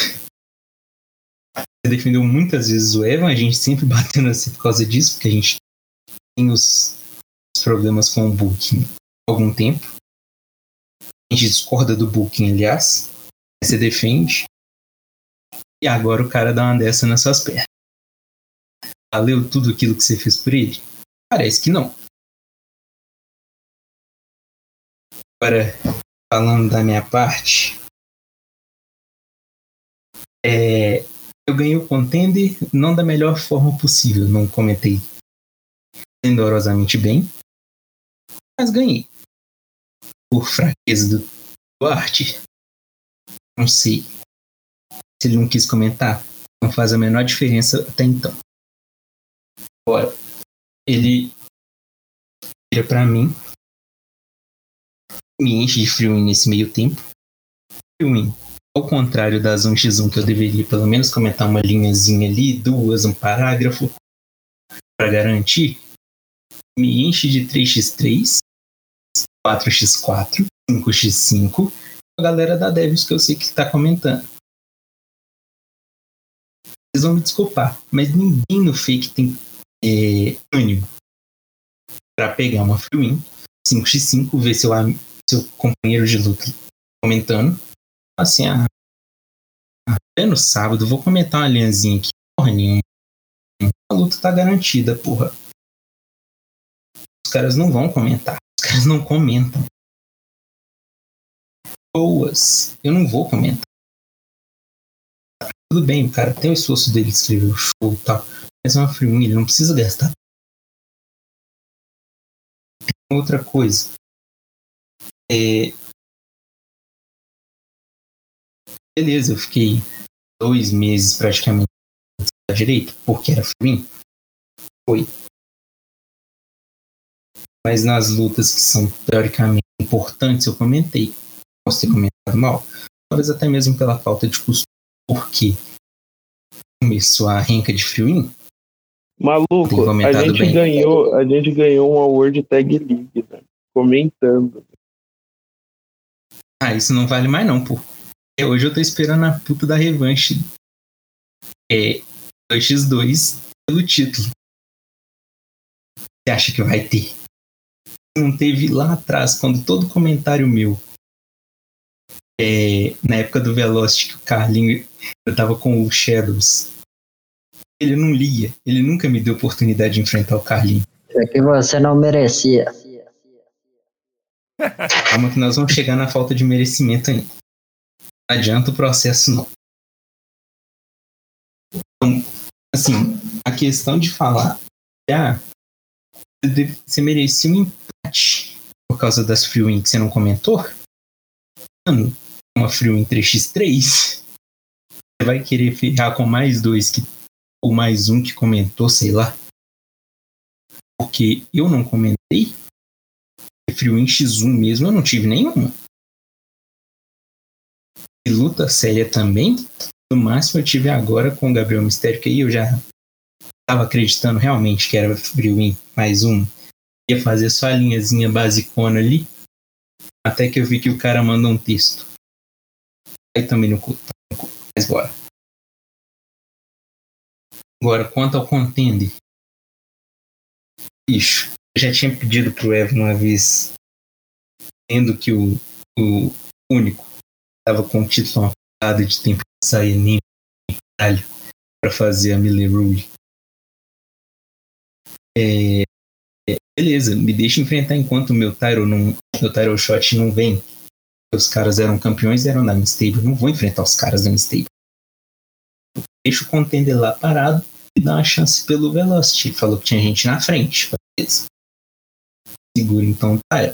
Você defendeu muitas vezes o Evan, a gente sempre batendo assim por causa disso, porque a gente tem os problemas com o booking há algum tempo. A gente discorda do booking, aliás. Você defende. E agora o cara dá uma dessa nas suas pernas. Valeu tudo aquilo que você fez por ele? Parece que não. Agora, falando da minha parte, eu ganhei o contender não da melhor forma possível. Não comentei esplendorosamente bem, mas ganhei. Por fraqueza do Duarte, não sei. Se ele não quis comentar, não faz a menor diferença até então. Agora, ele vira pra mim, me enche de Freewin nesse meio tempo. Freewin, ao contrário das 1x1 que eu deveria pelo menos comentar uma linhazinha ali, 2, um parágrafo, pra garantir, me enche de 3x3, 4x4, 5x5, a galera da Devils que eu sei que tá comentando. Vocês vão me desculpar, mas ninguém no Fake tem ânimo pra pegar uma Freewin 5x5, ver seu companheiro de luta comentando. Assim, até no sábado vou comentar uma linhazinha aqui. Porra nenhuma. A luta tá garantida, porra. Os caras não vão comentar. Os caras não comentam. Boas. Eu não vou comentar. Tudo bem, o cara tem o esforço dele de escrever o show e tal. Mas é uma Freewin, ele não precisa gastar. Outra coisa. Beleza, eu fiquei 2 meses praticamente direito, porque era Freewin. Foi. Mas nas lutas que são teoricamente importantes, eu comentei. Posso ter comentado mal. Talvez até mesmo pela falta de costume. Porque começou a renca de Freewin. Maluco, a gente ganhou uma World Tag League, né? Comentando. Isso não vale mais não, pô. Hoje eu tô esperando a puta da revanche 2x2 pelo título. Você acha que vai ter? Não teve lá atrás, quando todo comentário meu na época do Velocity, que o Carlinho eu tava com o Shadows, ele não lia, ele nunca me deu oportunidade de enfrentar o Carlinho. É que você não merecia. Calma que nós vamos chegar na falta de merecimento ainda. Não adianta o processo, não. Então, assim, a questão de falar você merecia um empate por causa das free win que você não comentou. Mano, uma free win 3x3, você vai querer ferrar com mais dois ou mais um que comentou, sei lá. Porque eu não comentei. Free win X1 mesmo, eu não tive nenhuma. E luta séria também, no máximo eu tive agora com o Gabriel Mistério, que aí eu já estava acreditando realmente que era free win mais um. Ia fazer só a linhazinha basicona ali, até que eu vi que o cara manda um texto. Aí também no cu. Mas bora. Agora, quanto ao contender. Bicho, eu já tinha pedido pro Evan uma vez, tendo que o único estava com o título apertado de tempo de sair nem para fazer a Miller Rule. Beleza, me deixa enfrentar enquanto o meu Tyro Shot não vem. Os caras eram campeões e eram da Unstable. Não vou enfrentar os caras da Unstable. Deixa o contender lá parado e dá uma chance pelo Velocity. Falou que tinha gente na frente. Beleza. Segura então o Tyro.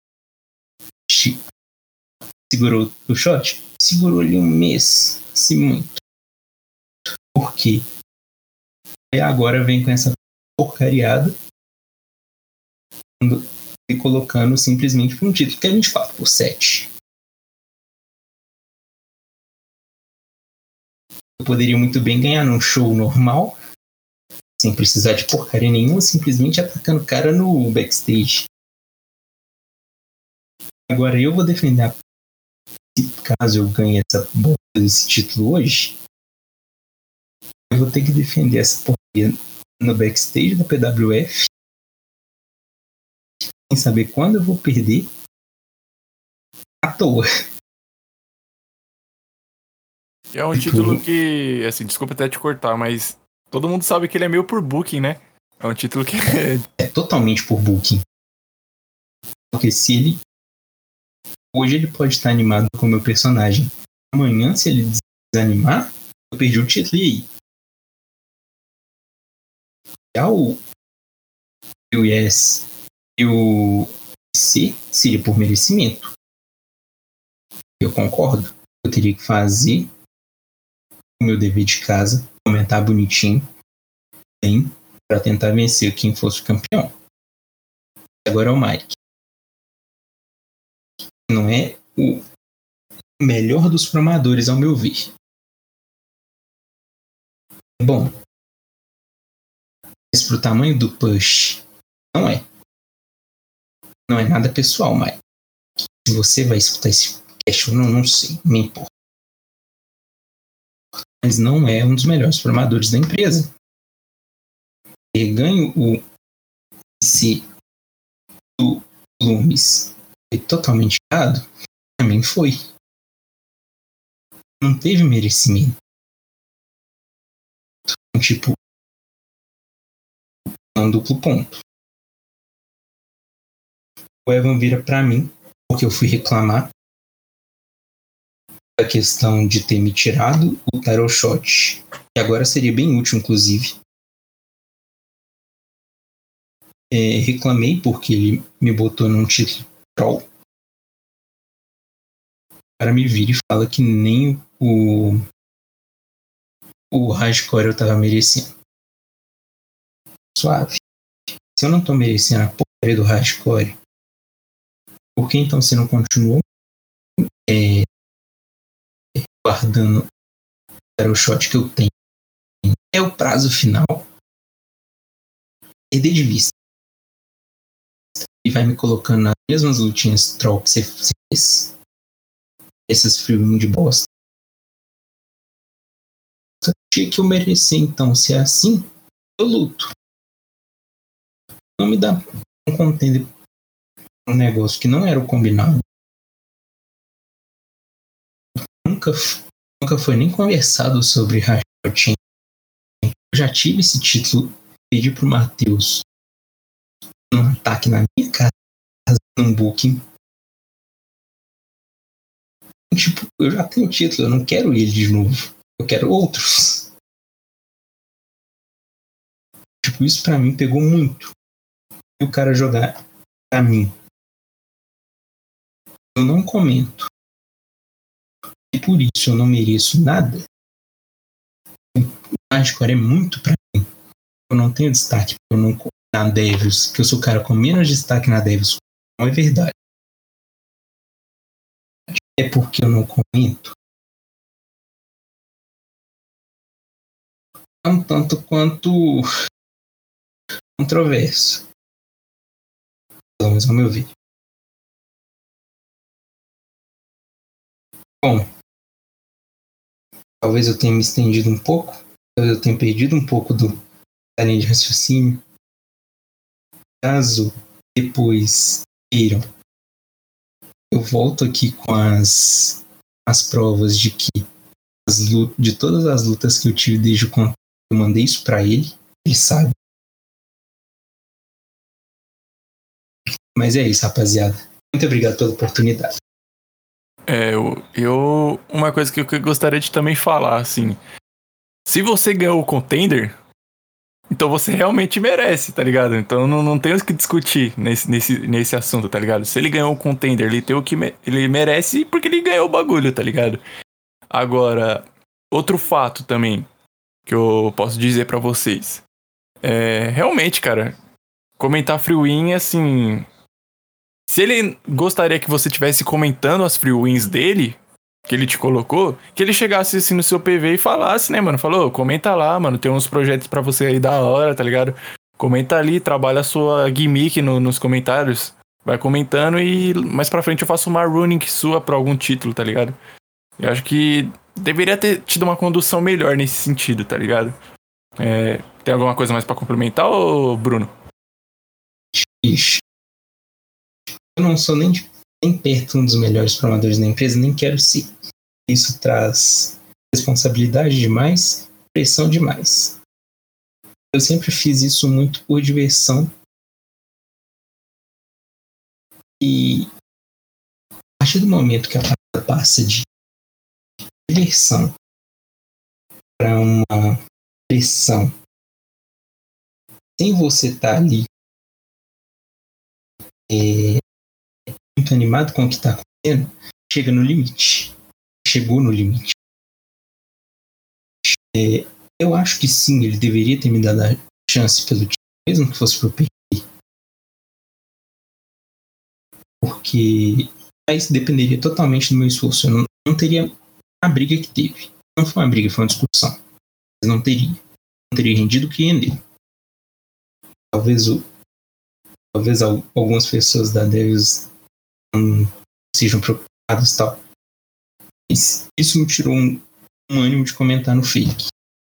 Segurou o shot? Segurou ali um mês, se muito. Por quê? E agora vem com essa porcariada e colocando simplesmente por um título que é 24/7. Eu poderia muito bem ganhar num show normal, sem precisar de porcaria nenhuma, simplesmente atacando o cara no backstage. Agora eu vou defender caso eu ganhe esse título hoje, eu vou ter que defender essa porcaria no backstage da PWF, sem saber quando eu vou perder, à toa. É um título que, assim, desculpa até te cortar, mas todo mundo sabe que ele é meio por booking, né? É um título que é totalmente por booking. Porque se ele hoje ele pode estar animado com o meu personagem. Amanhã, se ele desanimar, eu perdi o título. E aí? Já o Yes e o C seria por merecimento. Eu concordo. Eu teria que fazer o meu dever de casa, comentar bonitinho, bem, para tentar vencer quem fosse o campeão. Agora é o Mike. Não é o melhor dos promadores, ao meu ver. Bom, mas pro tamanho do push, não é. Não é nada pessoal, Mike. Se você vai escutar esse cast ou não sei, não me importa. Mas não é um dos melhores formadores da empresa. Ter ganho o IC do Loomis foi totalmente errado, também foi. Não teve merecimento. Tipo, um duplo ponto. O Evan vira pra mim, porque eu fui reclamar da questão de ter me tirado o Tyro Shot, que agora seria bem útil, inclusive. Reclamei porque ele me botou num título troll. O cara me vira e fala que nem o hardcore eu tava merecendo. Suave. Se eu não tô merecendo a porcaria do hardcore, por que então você não continuou guardando o shot que eu tenho? É o prazo final. Perder de vista. E vai me colocando nas mesmas lutinhas troll que você fez. Essas free win de bosta. Tinha que eu merecer, então. Se é assim, eu luto. Não me dá um contender um negócio que não era o combinado. Nunca foi nem conversado sobre Hashot. Eu já tive esse título. Pedi pro Matheus um ataque na minha casa, num booking. Tipo, eu já tenho título, eu não quero ele de novo. Eu quero outros. Tipo, isso pra mim pegou muito. E o cara jogar pra mim. Eu não comento. E por isso eu não mereço nada. O Magic é muito pra mim. Eu não tenho destaque eu não, na Devils, que eu sou o cara com menos destaque na Devils. Não é verdade. É porque eu não comento. É um tanto quanto controverso. Pelo menos ao meu ver. Bom, talvez eu tenha me estendido um pouco. Talvez eu tenha perdido um pouco da linha de raciocínio. Caso depois queiram, eu volto aqui com as provas de que de todas as lutas que eu tive desde quando eu mandei isso pra ele sabe. Mas é isso, rapaziada. Muito obrigado pela oportunidade. Uma coisa que eu gostaria de também falar, assim, se você ganhou o Contender, então você realmente merece, tá ligado? Então não tem o que discutir nesse assunto, tá ligado? Se ele ganhou o Contender, ele tem o que ele merece porque ele ganhou o bagulho, tá ligado? Agora, outro fato também que eu posso dizer pra vocês. Realmente, cara, comentar free win, assim... Se ele gostaria que você estivesse comentando as free wins dele, que ele te colocou, que ele chegasse assim no seu PV e falasse, né, mano? Falou, comenta lá, mano, tem uns projetos pra você aí da hora, tá ligado? Comenta ali, trabalha a sua gimmick nos comentários. Vai comentando e mais pra frente eu faço uma running sua pra algum título, tá ligado? Eu acho que deveria ter tido uma condução melhor nesse sentido, tá ligado? Tem alguma coisa mais pra complementar, ô Bruno? Ixi. Eu não sou nem perto um dos melhores programadores da empresa, nem quero ser. Isso traz responsabilidade demais, pressão demais. Eu sempre fiz isso muito por diversão. E a partir do momento que a parada passa de diversão para uma pressão, sem você estar ali muito animado com o que está acontecendo, chega no limite. Chegou no limite. Eu acho que sim, ele deveria ter me dado a chance pelo time, mesmo que fosse pro PI. Porque isso dependeria totalmente do meu esforço. Eu não teria a briga que teve. Não foi uma briga, foi uma discussão. Mas não teria. Não teria rendido o que rendeu. Talvez algumas pessoas da Devils não sejam preocupadas e tal. Mas isso me tirou um ânimo de comentar no fake.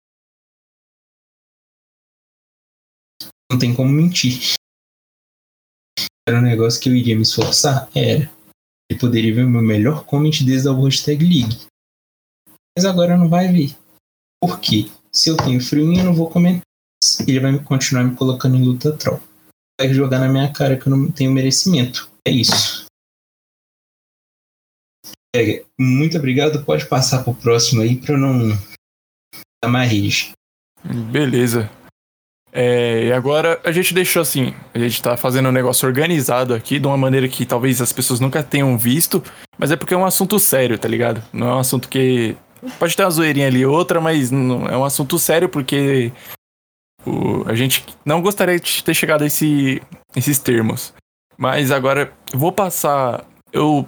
Não tem como mentir. Era um negócio que eu iria me esforçar? Era. Ele poderia ver o meu melhor comment desde a World Tag League. Mas agora não vai ver. Por quê? Se eu tenho frio, eu não vou comentar. Ele vai continuar me colocando em luta troll. Vai jogar na minha cara que eu não tenho merecimento. É isso. Muito obrigado. Pode passar pro próximo aí pra eu não dar mais rage. Beleza. E agora a gente deixou assim, a gente tá fazendo um negócio organizado aqui, de uma maneira que talvez as pessoas nunca tenham visto, mas é porque é um assunto sério, tá ligado? Não é um assunto que... Pode ter uma zoeirinha ali ou outra, mas não, é um assunto sério porque a gente não gostaria de ter chegado a esses termos. Mas agora eu vou passar... Eu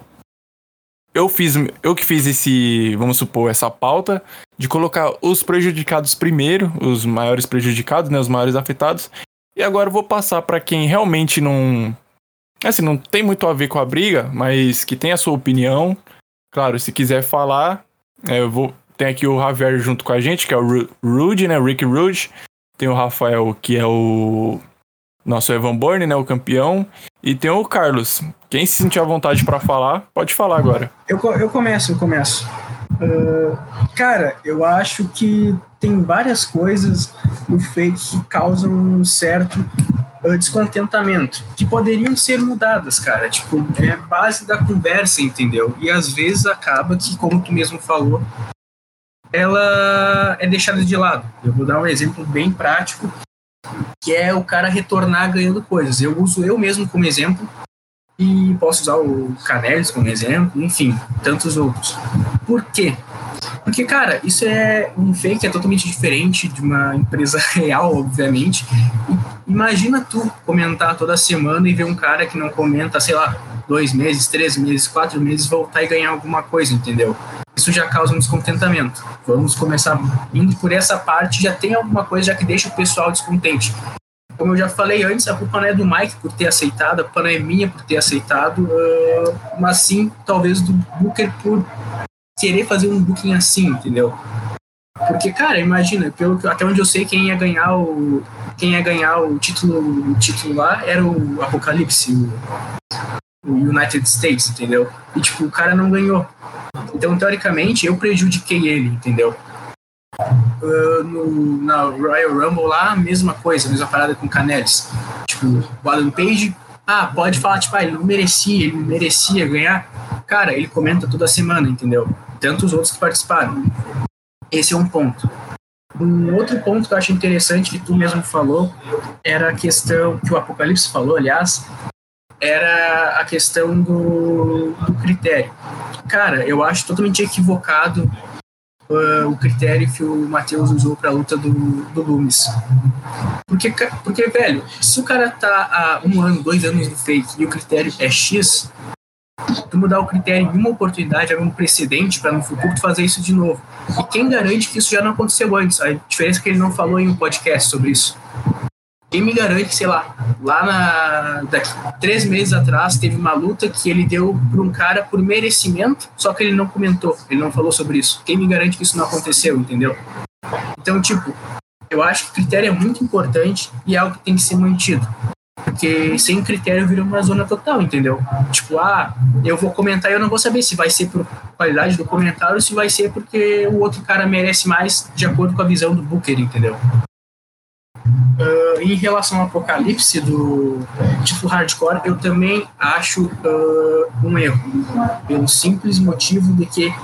que fiz vamos supor, essa pauta de colocar os prejudicados primeiro, os maiores prejudicados, né, os maiores afetados. E agora eu vou passar para quem realmente não tem muito a ver com a briga, mas que tem a sua opinião. Claro, se quiser falar, tem aqui o Javier junto com a gente, que é o Rude, né, o Rick Rude. Tem o Rafael, que é o nosso Evan Bourne, né, o campeão. E tem o Carlos. Quem se sentir à vontade para falar, pode falar agora. Eu começo. Cara, eu acho que tem várias coisas no fake que causam um certo descontentamento, que poderiam ser mudadas, cara. Tipo, é base da conversa, entendeu? E às vezes acaba que, como tu mesmo falou, ela é deixada de lado. Eu vou dar um exemplo bem prático, que é o cara retornar ganhando coisas. Eu uso eu mesmo como exemplo e posso usar o Canelis como exemplo, enfim, tantos outros. Por quê? Porque, cara, isso é um fake, é totalmente diferente de uma empresa real, obviamente. Imagina tu comentar toda semana e ver um cara que não comenta, sei lá, 2 meses, 3 meses, 4 meses, voltar e ganhar alguma coisa, entendeu? Isso já causa um descontentamento. Vamos começar indo por essa parte, já tem alguma coisa já que deixa o pessoal descontente. Como eu já falei antes, a culpa não é do Mike por ter aceitado, a culpa não é minha por ter aceitado, mas sim, talvez, do Booker por querer fazer um booking assim, entendeu? Porque, cara, imagina, até onde eu sei, quem ia ganhar o título lá era o Apocalipse, o United States, entendeu? E, tipo, o cara não ganhou. Então, teoricamente, eu prejudiquei ele, entendeu? Na Royal Rumble lá, mesma coisa, mesma parada com o Canelis. Tipo, o Adam Page, pode falar, tipo, ele não merecia ganhar. Cara, ele comenta toda semana, entendeu? Tantos outros que participaram. Esse é um ponto. Um outro ponto que eu acho interessante, que tu mesmo falou, era a questão, que o Apocalipse falou, aliás, era a questão do critério. Cara, eu acho totalmente equivocado o critério que o Matheus usou para a luta do Lumis. Porque, velho, se o cara tá há 1 ano, 2 anos no fake e o critério é X, tu mudar o critério em uma oportunidade é um precedente para no futuro tu fazer isso de novo. E quem garante que isso já não aconteceu antes? A diferença é que ele não falou em um podcast sobre isso. Quem me garante, sei lá, daqui 3 meses atrás teve uma luta que ele deu para um cara por merecimento, só que ele não comentou, ele não falou sobre isso. Quem me garante que isso não aconteceu, entendeu? Então, tipo, eu acho que o critério é muito importante e é algo que tem que ser mantido. Porque sem critério vira uma zona total, entendeu? Tipo, eu vou comentar e eu não vou saber se vai ser por qualidade do comentário ou se vai ser porque o outro cara merece mais de acordo com a visão do Booker, entendeu? Em relação ao Apocalipse do título hardcore, eu também acho um erro, pelo simples motivo de que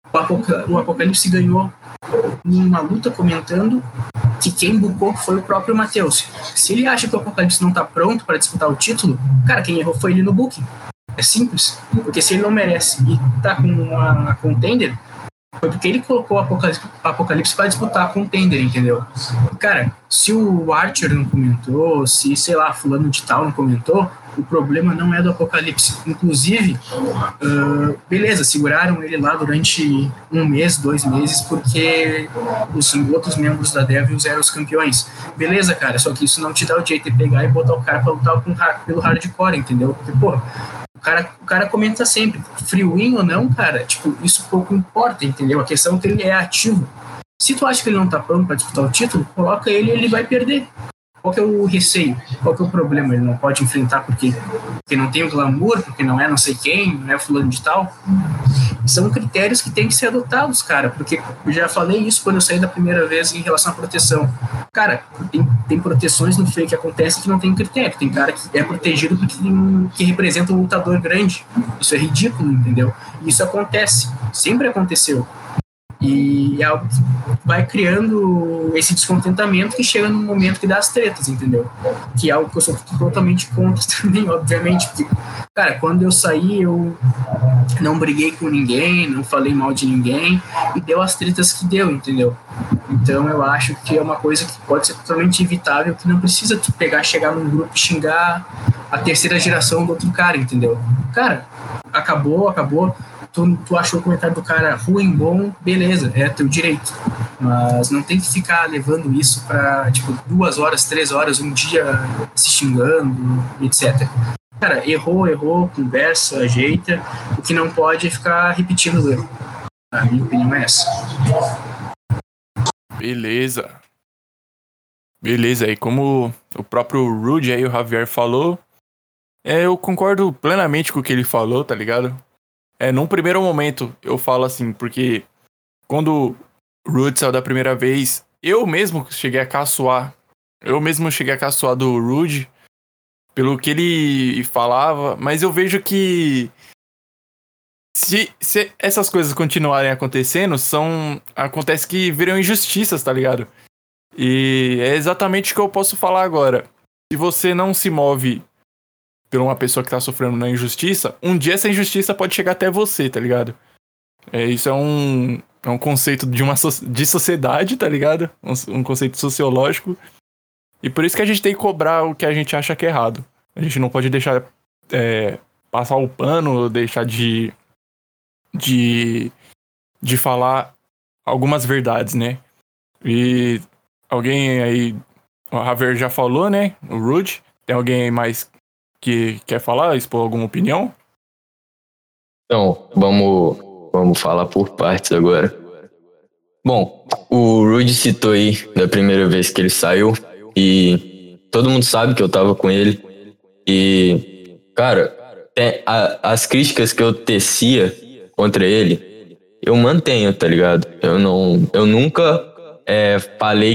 o Apocalipse ganhou numa luta comentando que quem bucou foi o próprio Matheus. Se ele acha que o Apocalipse não tá pronto para disputar o título, cara, quem errou foi ele no booking. É simples, porque se ele não merece e tá com uma contender, foi porque ele colocou o Apocalipse para disputar a contender, entendeu? Cara, se o Archer não comentou, se, sei lá, fulano de tal não comentou, o problema não é do Apocalipse. Inclusive, beleza, seguraram ele lá durante 1 mês, 2 meses, porque os outros membros da Devils eram os campeões. Beleza, cara, só que isso não te dá o direito de pegar e botar o cara pra lutar pelo hardcore, entendeu? Porque, pô, o cara comenta sempre, free win ou não, cara, tipo, isso pouco importa, entendeu? A questão é que ele é ativo. Se tu acha que ele não tá pronto pra disputar o título, coloca ele e ele vai perder. Qual que é o receio? Qual que é o problema? Ele não pode enfrentar porque não tem o glamour, porque não é não sei quem, não é fulano de tal. São critérios que tem que ser adotados, cara, porque eu já falei isso quando eu saí da primeira vez em relação à proteção. Cara, tem proteções no fake que acontecem que não tem critério. Tem cara que é protegido porque que representa um lutador grande. Isso é ridículo, entendeu? E isso acontece. Sempre aconteceu. E é algo que vai criando esse descontentamento que chega no momento que dá as tretas, entendeu? Que é algo que eu sou totalmente contra também, obviamente. Porque, cara, quando eu saí, eu não briguei com ninguém, não falei mal de ninguém e deu as tretas que deu, entendeu? Então eu acho que é uma coisa que pode ser totalmente evitável, que não precisa tu chegar num grupo e xingar a 3ª geração do outro cara, entendeu? Cara, acabou. Tu achou o comentário do cara ruim, bom, beleza, é teu direito. Mas não tem que ficar levando isso pra, tipo, 2 horas, 3 horas, um dia se xingando, etc. Cara, errou, conversa, ajeita. O que não pode é ficar repetindo o erro. A minha opinião é essa. Beleza, e como o próprio Rude aí, o Javier falou, eu concordo plenamente com o que ele falou, tá ligado? Num primeiro momento, eu falo assim, porque quando o Rude saiu da primeira vez, eu mesmo cheguei a caçoar do Rude, pelo que ele falava, mas eu vejo que se essas coisas continuarem acontecendo, acontece que viram injustiças, tá ligado? E é exatamente o que eu posso falar agora. Se você não se move por uma pessoa que tá sofrendo na injustiça, um dia essa injustiça pode chegar até você, tá ligado? Isso é um conceito de sociedade, tá ligado? Um conceito sociológico. E por isso que a gente tem que cobrar o que a gente acha que é errado. A gente não pode deixar passar o pano, deixar de falar algumas verdades, né? E alguém aí, o Javier já falou, né? O Rude. Tem alguém mais que quer falar, expor alguma opinião? Então, vamos falar por partes agora. Bom, o Rude citou aí da primeira vez que ele saiu e todo mundo sabe que eu tava com ele. E, cara, as críticas que eu tecia contra ele, eu mantenho, tá ligado? Eu nunca falei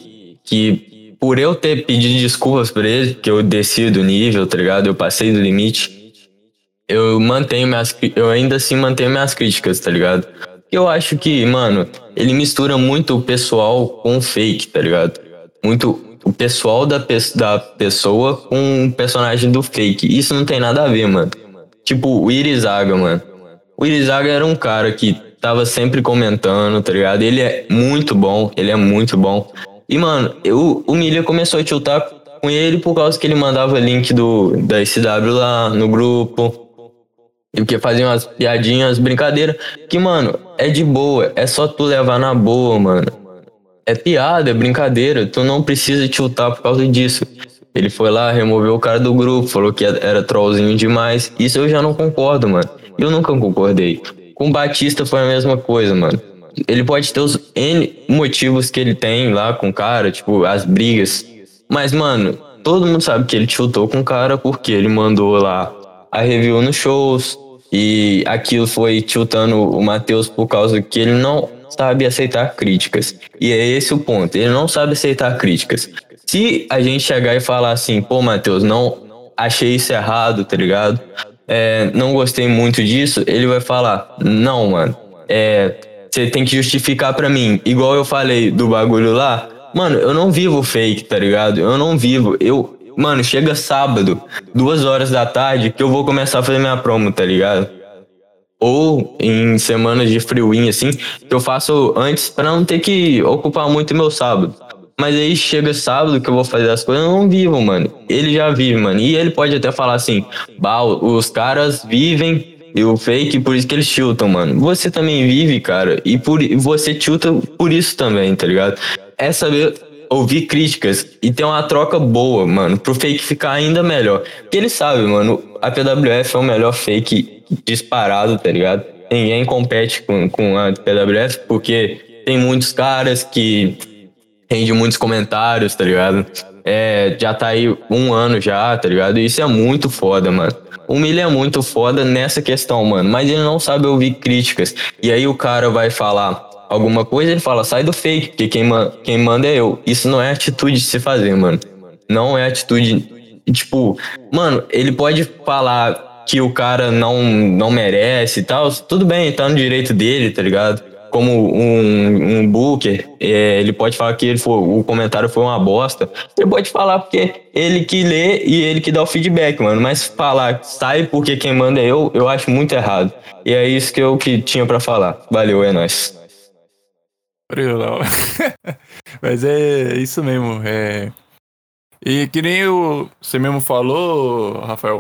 que por eu ter pedido desculpas pra ele, que eu desci do nível, tá ligado? Eu passei do limite, eu ainda assim mantenho minhas críticas, tá ligado? Eu acho que, mano, ele mistura muito o pessoal com o fake, tá ligado? Muito o pessoal da pessoa com o personagem do fake. Isso não tem nada a ver, mano. Tipo, o Irizaga, mano. O Irizaga era um cara que tava sempre comentando, tá ligado? Ele é muito bom, E, mano, o Milha começou a tiltar com ele por causa que ele mandava link da SW lá no grupo. E porque fazia umas piadinhas, brincadeiras. Que, mano, é de boa. É só tu levar na boa, mano. É piada, é brincadeira. Tu não precisa tiltar por causa disso. Ele foi lá, removeu o cara do grupo, falou que era trollzinho demais. Isso eu já não concordo, mano. Eu nunca concordei. Com o Batista foi a mesma coisa, mano. Ele pode ter os N motivos que ele tem lá com o cara, tipo, as brigas. Mas, mano, todo mundo sabe que ele tiltou com o cara porque ele mandou lá a review nos shows. E aquilo foi tiltando o Matheus por causa que ele não sabe aceitar críticas. E é esse o ponto. Ele não sabe aceitar críticas. Se a gente chegar e falar assim, pô, Matheus, não achei isso errado, tá ligado? Não gostei muito disso, ele vai falar, não, mano, você tem que justificar pra mim. Igual eu falei do bagulho lá, mano, eu não vivo fake, tá ligado? Eu não vivo, mano, chega sábado, 2h da tarde, que eu vou começar a fazer minha promo, tá ligado? Ou em semanas de free-win, assim, que eu faço antes pra não ter que ocupar muito meu sábado. Mas aí chega sábado que eu vou fazer as coisas, eu não vivo, mano. Ele já vive, mano. E ele pode até falar assim, os caras vivem e o fake, por isso que eles tiltam, mano. Você também vive, cara, e você tilta por isso também, tá ligado? É saber ouvir críticas e ter uma troca boa, mano, pro fake ficar ainda melhor. Porque ele sabe, mano, a PWF é o melhor fake disparado, tá ligado? Ninguém compete com a PWF porque tem muitos caras que rende muitos comentários, tá ligado? Já tá aí 1 ano já, tá ligado? E isso é muito foda, mano. O Milha é muito foda nessa questão, mano. Mas ele não sabe ouvir críticas. E aí o cara vai falar alguma coisa, ele fala, sai do fake, porque quem manda é eu. Isso não é atitude de se fazer, mano. Não é atitude... Tipo, mano, ele pode falar que o cara não merece e tal. Tudo bem, tá no direito dele, tá ligado? Como um booker, ele pode falar que o comentário foi uma bosta. Ele pode falar porque ele que lê e ele que dá o feedback, mano. Mas falar, sai porque quem manda é eu acho muito errado. E é isso que eu tinha pra falar. Valeu, é nóis. Não. Mas é isso mesmo. E que nem você mesmo falou, Rafael,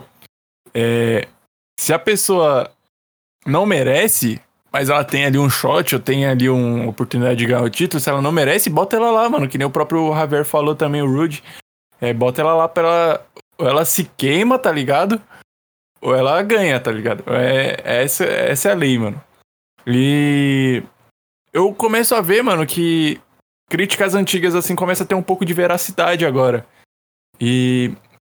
se a pessoa não merece, mas ela tem ali um shot, ou tem ali uma oportunidade de ganhar o título, se ela não merece, bota ela lá, mano. Que nem o próprio Javier falou também, o Rude. Bota ela lá pra ela... Ou ela se queima, tá ligado? Ou ela ganha, tá ligado? Essa é a lei, mano. E... eu começo a ver, mano, que críticas antigas, assim, começam a ter um pouco de veracidade agora. E...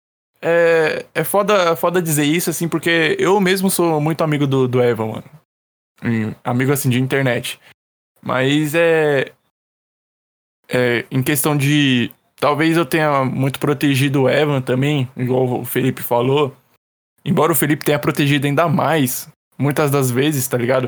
é foda dizer isso, assim, porque eu mesmo sou muito amigo do Evan, mano. Amigo, assim, de internet. Mas em questão de talvez eu tenha muito protegido o Evan também, igual o Felipe falou. Embora o Felipe tenha protegido ainda mais, muitas das vezes, tá ligado?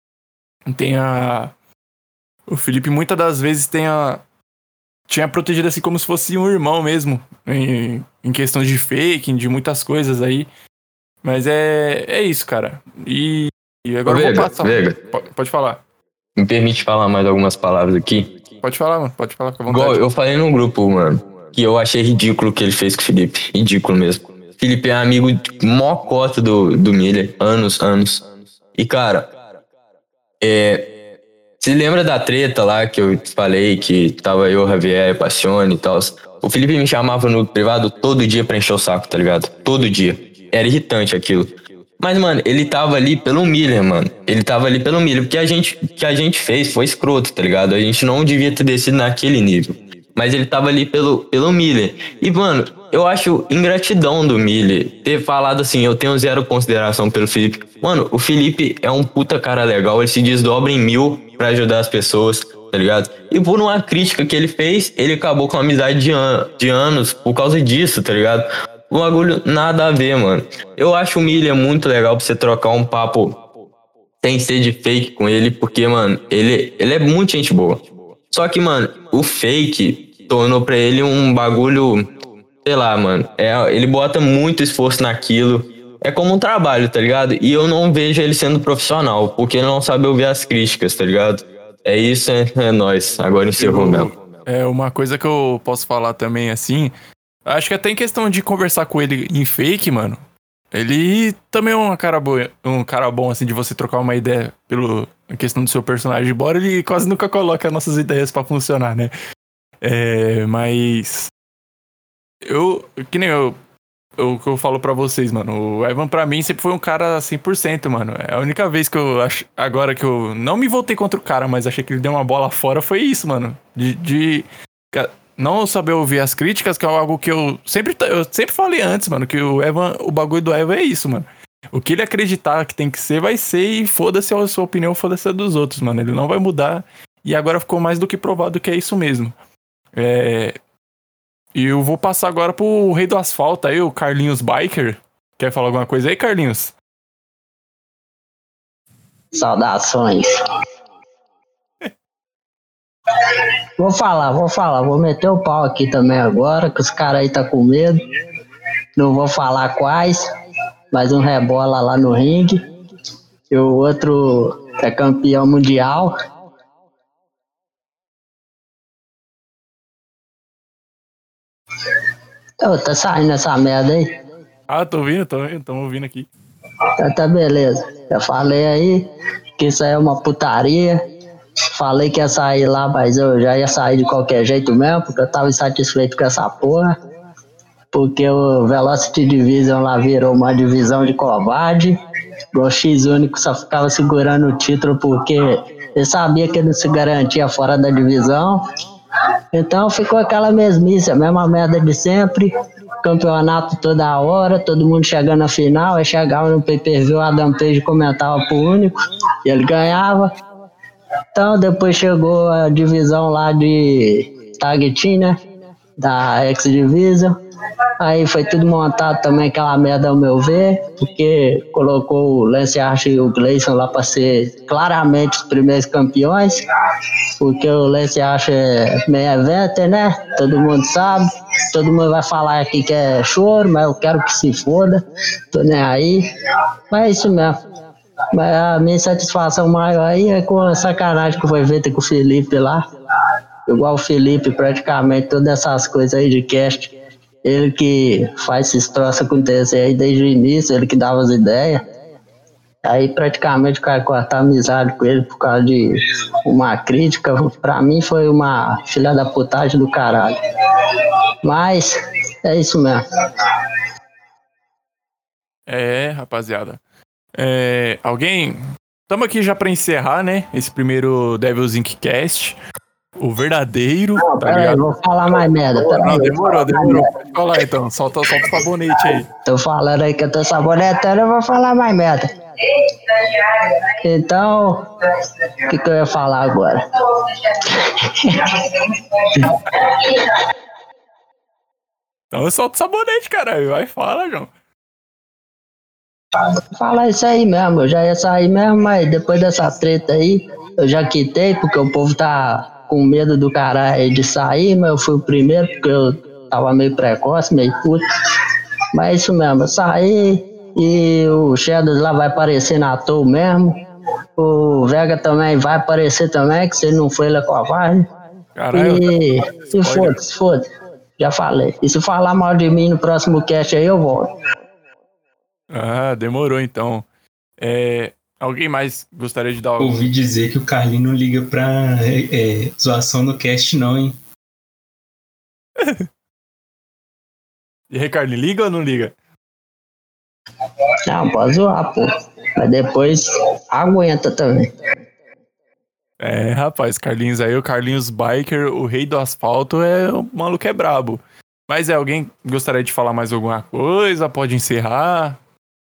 O Felipe muitas das vezes tinha protegido assim como se fosse um irmão mesmo, em questões de fake, de muitas coisas aí. Mas é isso, cara. E agora eu vou passar. Vega. Pode falar. Me permite falar mais algumas palavras aqui? Pode falar, mano. Pode falar, fica à vontade. Igual eu falei no grupo, mano, que eu achei ridículo o que ele fez com o Felipe. Ridículo mesmo. Felipe é amigo mó cota do Miller. Anos. E, cara, você lembra da treta lá que eu falei que tava eu, Javier, Passione e tal? O Felipe me chamava no privado todo dia pra encher o saco, tá ligado? Todo dia. Era irritante aquilo. Mas, mano, ele tava ali pelo Miller, mano. Ele tava ali pelo Miller. Porque o que a gente fez foi escroto, tá ligado? A gente não devia ter descido naquele nível. Mas ele tava ali pelo Miller. E, mano, eu acho ingratidão do Miller ter falado assim, eu tenho zero consideração pelo Felipe. Mano, o Felipe é um puta cara legal. Ele se desdobra em 1000 pra ajudar as pessoas, tá ligado? E por uma crítica que ele fez, ele acabou com a amizade de anos por causa disso, tá ligado? Um bagulho nada a ver, mano. Eu acho o Miller muito legal pra você trocar um papo sem ser de fake com ele, porque, mano, ele é muito gente boa. Só que, mano, o fake tornou pra ele um bagulho, sei lá, mano. Ele bota muito esforço naquilo. É como um trabalho, tá ligado? E eu não vejo ele sendo profissional, porque ele não sabe ouvir as críticas, tá ligado? É isso, é nóis. Agora encerrou mesmo. Uma coisa que eu posso falar também, assim... Acho que até em questão de conversar com ele em fake, mano, ele também é um cara bom, assim, de você trocar uma ideia em questão do seu personagem, embora ele quase nunca coloque as nossas ideias pra funcionar, né? Mas que nem o que eu falo pra vocês, mano, o Evan pra mim sempre foi um cara 100%, mano. É a única vez que eu acho, agora que eu não me voltei contra o cara, mas achei que ele deu uma bola fora, foi isso, mano, de não saber ouvir as críticas, que é algo que eu sempre falei antes, mano, que o bagulho do Evan é isso, mano. O que ele acreditar que tem que ser, vai ser, e foda-se a sua opinião, foda-se a dos outros, mano. Ele não vai mudar, e agora ficou mais do que provado que é isso mesmo. E eu vou passar agora pro rei do asfalto aí, o Carlinhos Biker. Quer falar alguma coisa aí, Carlinhos? Saudações. Vou meter o pau aqui também agora, que os caras aí tá com medo. Não vou falar quais, mas um rebola lá no ringue. E o outro é campeão mundial. Tá saindo essa merda aí? Tô ouvindo aqui. Tá beleza. Já falei aí que isso aí é uma putaria. Falei que ia sair lá, mas eu já ia sair de qualquer jeito mesmo, porque eu tava insatisfeito com essa porra. Porque o Velocity Division lá virou uma divisão de covarde. O X-Único só ficava segurando o título porque ele sabia que ele não se garantia fora da divisão. Então ficou aquela mesmice, a mesma merda de sempre. Campeonato toda hora, todo mundo chegando na final. Aí chegava no pay-per-view, o Adam Page comentava pro Único e ele ganhava. Então depois chegou a divisão lá de Tag Team, né? Da X-Division. Aí foi tudo montado também, aquela merda ao meu ver, porque colocou o Lance Archer e o Gleison lá para ser claramente os primeiros campeões, porque o Lance Archer é main eventer, né? Todo mundo sabe, todo mundo vai falar aqui que é choro, mas eu quero que se foda, tô nem aí, mas é isso mesmo. Mas a minha satisfação maior aí é com a sacanagem que foi feita com o Felipe lá, igual o Felipe, praticamente todas essas coisas aí de cast. Ele que faz esses troços acontecer aí desde o início, ele que dava as ideias. Aí praticamente o cara cortar amizade com ele por causa de uma crítica, pra mim foi uma filha da putagem do caralho. Mas é isso mesmo. Rapaziada. Alguém... Estamos aqui já pra encerrar, né? Esse primeiro Devil's Inc. Cast. O verdadeiro. Não, tá peraí, vou falar mais merda. Não, demorou. Pode falar então. Solta o sabonete aí. Tô falando aí que eu tô sabonetando, eu vou falar mais merda. Então, o que eu ia falar agora? Então eu solto o sabonete, caralho. Vai, fala, João. Fala isso aí mesmo, eu já ia sair mesmo, mas depois dessa treta aí, eu já quitei, porque o povo tá com medo do caralho de sair, mas eu fui o primeiro, porque eu tava meio precoce, meio puto. Mas é isso mesmo, eu saí e o Shadows lá vai aparecer na toa mesmo. O Vega também vai aparecer também, que se não foi ele é covarde. Caralho. E foda-se. Já falei. E se falar mal de mim no próximo cast aí, eu volto. Ah, demorou então. Alguém mais gostaria de dar algo? Ouvi dizer que o Carlinho não liga pra zoação no cast, não, hein? E Ricardo, liga ou não liga? Não, pode zoar, pô. Mas depois aguenta também. Rapaz, Carlinhos aí, o Carlinhos Biker, o rei do asfalto, o maluco é brabo. Mas alguém gostaria de falar mais alguma coisa? Pode encerrar?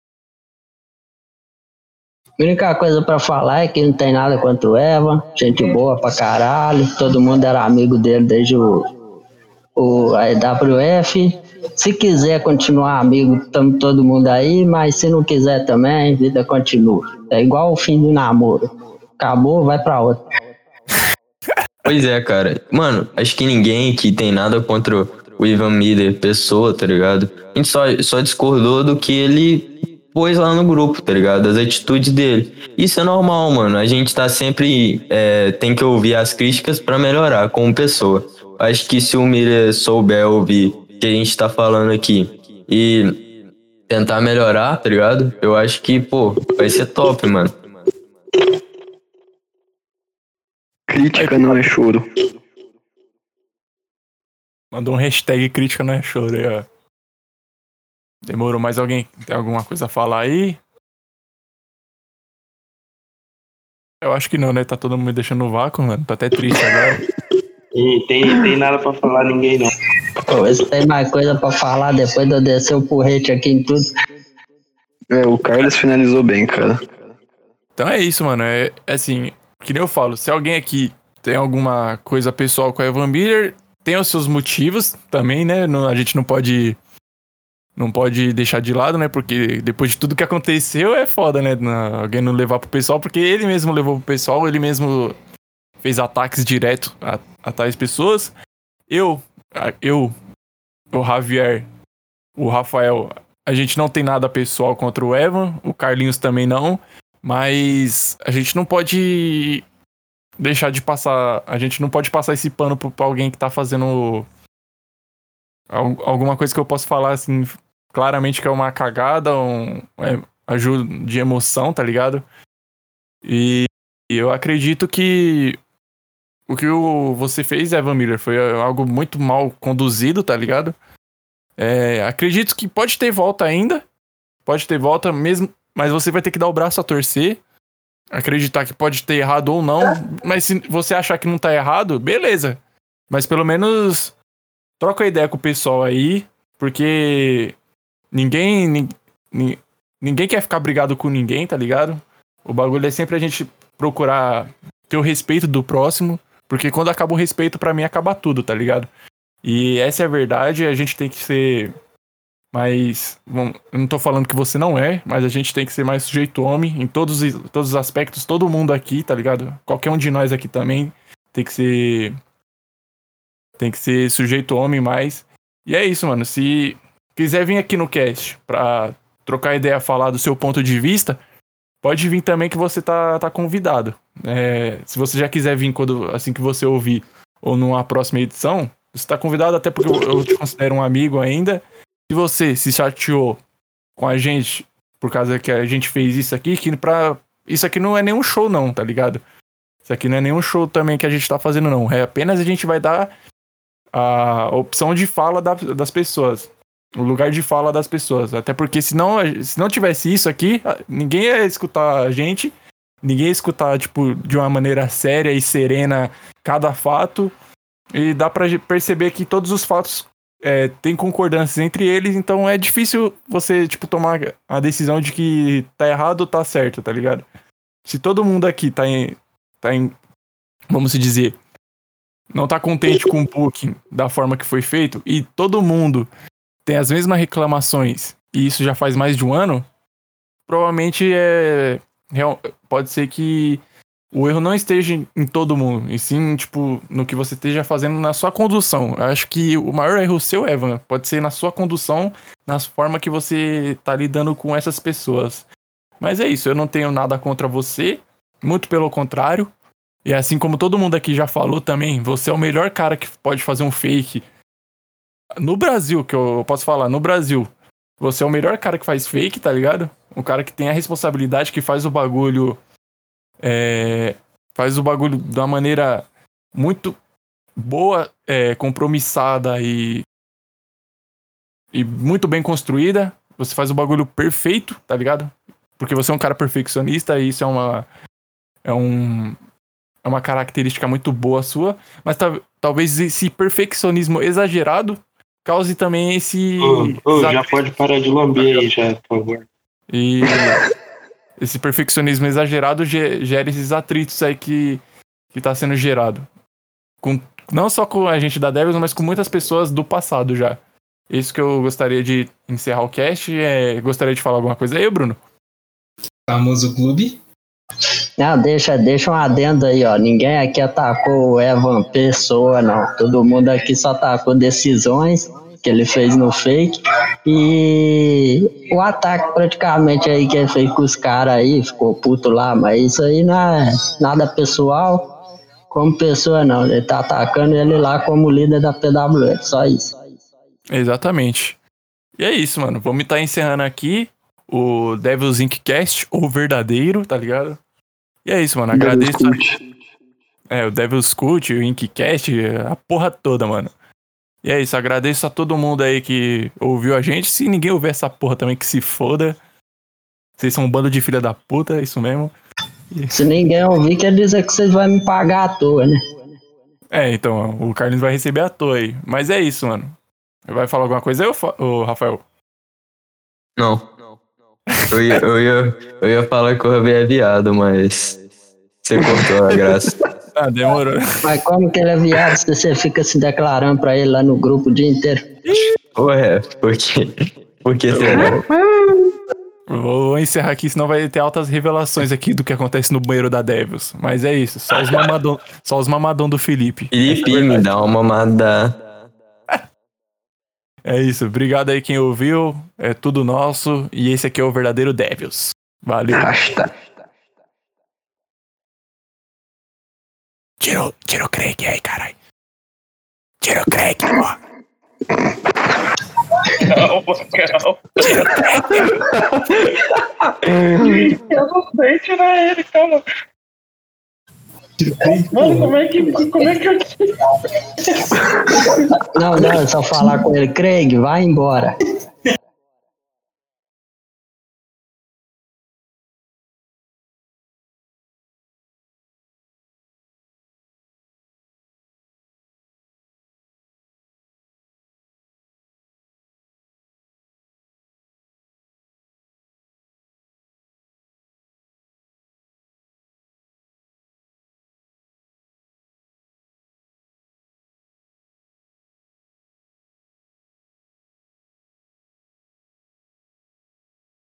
A única coisa pra falar é que não tem nada contra o Evan, gente boa pra caralho, todo mundo era amigo dele desde a EWF. Se quiser continuar amigo, estamos todo mundo aí, mas se não quiser também, a vida continua. É igual o fim do namoro. Acabou, vai pra outra. Pois é, cara. Mano, acho que ninguém aqui tem nada contra o Ivan Miller, pessoa, tá ligado? A gente só discordou do que ele pôs lá no grupo, tá ligado? Das atitudes dele. Isso é normal, mano. A gente tá sempre... tem que ouvir as críticas pra melhorar como pessoa. Acho que se o Miller souber ouvir o que a gente tá falando aqui e tentar melhorar, tá ligado? Eu acho que, pô, vai ser top, mano. Crítica não é choro. Mandou um hashtag crítica não é choro aí, ó. Demorou. Mais alguém? Tem alguma coisa a falar aí? Eu acho que não, né? Tá todo mundo me deixando no vácuo, mano. Tô até triste agora. Tem nada pra falar ninguém, não. Pô, se tem mais coisa pra falar depois de eu descer o porrete aqui em tudo. O Carlos finalizou bem, cara. Então é isso, mano. É assim, que nem eu falo, se alguém aqui tem alguma coisa pessoal com a Evan Miller, tem os seus motivos também, né? A gente não pode deixar de lado, né? Porque depois de tudo que aconteceu é foda, né? Alguém não levar pro pessoal, porque ele mesmo levou pro pessoal, ele mesmo fez ataques direto a tais pessoas. O Javier, o Rafael, a gente não tem nada pessoal contra o Evan, o Carlinhos também não, mas a gente não pode deixar de passar, a gente não pode passar esse pano pra alguém que tá fazendo alguma coisa que eu posso falar assim, claramente que é uma cagada, ajuda de emoção, tá ligado? E eu acredito que o que você fez, Evan Miller, foi algo muito mal conduzido, tá ligado? Acredito que pode ter volta ainda. Pode ter volta mesmo, mas você vai ter que dar o braço a torcer. Acreditar que pode ter errado ou não. Mas se você achar que não tá errado, beleza. Mas pelo menos troca a ideia com o pessoal aí. Porque ninguém quer ficar brigado com ninguém, tá ligado? O bagulho é sempre a gente procurar ter o respeito do próximo. Porque quando acaba o respeito, pra mim, acaba tudo, tá ligado? E essa é a verdade, a gente tem que ser mais... Bom, eu não tô falando que você não é, mas a gente tem que ser mais sujeito homem em todos os aspectos, todo mundo aqui, tá ligado? Qualquer um de nós aqui também tem que ser sujeito homem mais. E é isso, mano. Se quiser vir aqui no cast pra trocar ideia, falar do seu ponto de vista, pode vir também que você tá convidado. Se você já quiser vir assim que você ouvir ou numa próxima edição, você tá convidado, até porque eu te considero um amigo ainda. Se você se chateou com a gente por causa que a gente fez isso aqui, isso aqui não é nenhum show não, tá ligado? Isso aqui não é nenhum show também que a gente tá fazendo não. É apenas a gente vai dar a opção de fala das pessoas. O lugar de fala das pessoas. Até porque se não tivesse isso aqui, ninguém ia escutar a gente. Ninguém ia escutar, tipo, de uma maneira séria e serena cada fato. E dá pra perceber que todos os fatos têm concordâncias entre eles. Então é difícil você, tipo, tomar a decisão de que tá errado ou tá certo, tá ligado? Se todo mundo aqui tá em vamos dizer, não tá contente com o booking da forma que foi feito, e todo mundo tem as mesmas reclamações e isso já faz mais de um ano, provavelmente pode ser que o erro não esteja em todo mundo, e sim, tipo, no que você esteja fazendo na sua condução. Eu acho que o maior erro seu, Evan, pode ser na sua condução, na forma que você tá lidando com essas pessoas. Mas é isso, eu não tenho nada contra você, muito pelo contrário. E assim como todo mundo aqui já falou também, você é o melhor cara que pode fazer um fake. No Brasil, que eu posso falar, no Brasil, você é o melhor cara que faz fake, tá ligado? Um cara que tem a responsabilidade, que faz o bagulho... faz o bagulho de uma maneira muito boa, compromissada e muito bem construída. Você faz o bagulho perfeito, tá ligado? Porque você é um cara perfeccionista e isso é uma característica muito boa sua. Mas talvez esse perfeccionismo exagerado cause também esse... já pode parar de lamber aí já, por favor. E esse perfeccionismo exagerado gera esses atritos aí que tá sendo gerado. Não só com a gente da Devils, mas com muitas pessoas do passado já. Isso que eu gostaria de encerrar o cast. Gostaria de falar alguma coisa aí, Bruno? Famoso clube. Não, deixa um adendo aí, ó. Ninguém aqui atacou o Evan Pessoa, não. Todo mundo aqui só atacou decisões que ele fez no fake. E o ataque praticamente aí que ele fez com os caras aí, ficou puto lá, mas isso aí não é nada pessoal. Como pessoa, não. Ele tá atacando ele lá como líder da PWF, só isso. Exatamente. E é isso, mano. Vamos estar encerrando aqui o Devils Inc. Cast, o verdadeiro, tá ligado? E é isso, mano. Agradeço. O Devils Cult, o Inc. Cast, a porra toda, mano. E é isso, agradeço a todo mundo aí que ouviu a gente. Se ninguém ouvir essa porra também, que se foda. Vocês são um bando de filha da puta, é isso mesmo. Se ninguém ouvir, quer dizer que vocês vão me pagar à toa, né? Então, o Carlinhos vai receber à toa aí. Mas é isso, mano. Vai falar alguma coisa aí, ô Rafael? Não. Eu ia falar que o Rabi é viado, mas você cortou a graça. Demorou. Mas como que ele é viado se você fica se declarando pra ele lá no grupo o dia inteiro? Ué, por que será? Vou encerrar aqui, senão vai ter altas revelações aqui do que acontece no banheiro da Devils. Mas é isso, só os mamadão do Felipe. Felipe, me dá uma mamada. É isso, obrigado aí quem ouviu, é tudo nosso, e esse aqui é o verdadeiro Devils. Valeu. Tira o Craig aí, caralho. Tira o Craig, porra. Calma. Eu não sei tirar ele, calma. Mano, como é que eu... Não, é só falar com ele. Craig, vai embora.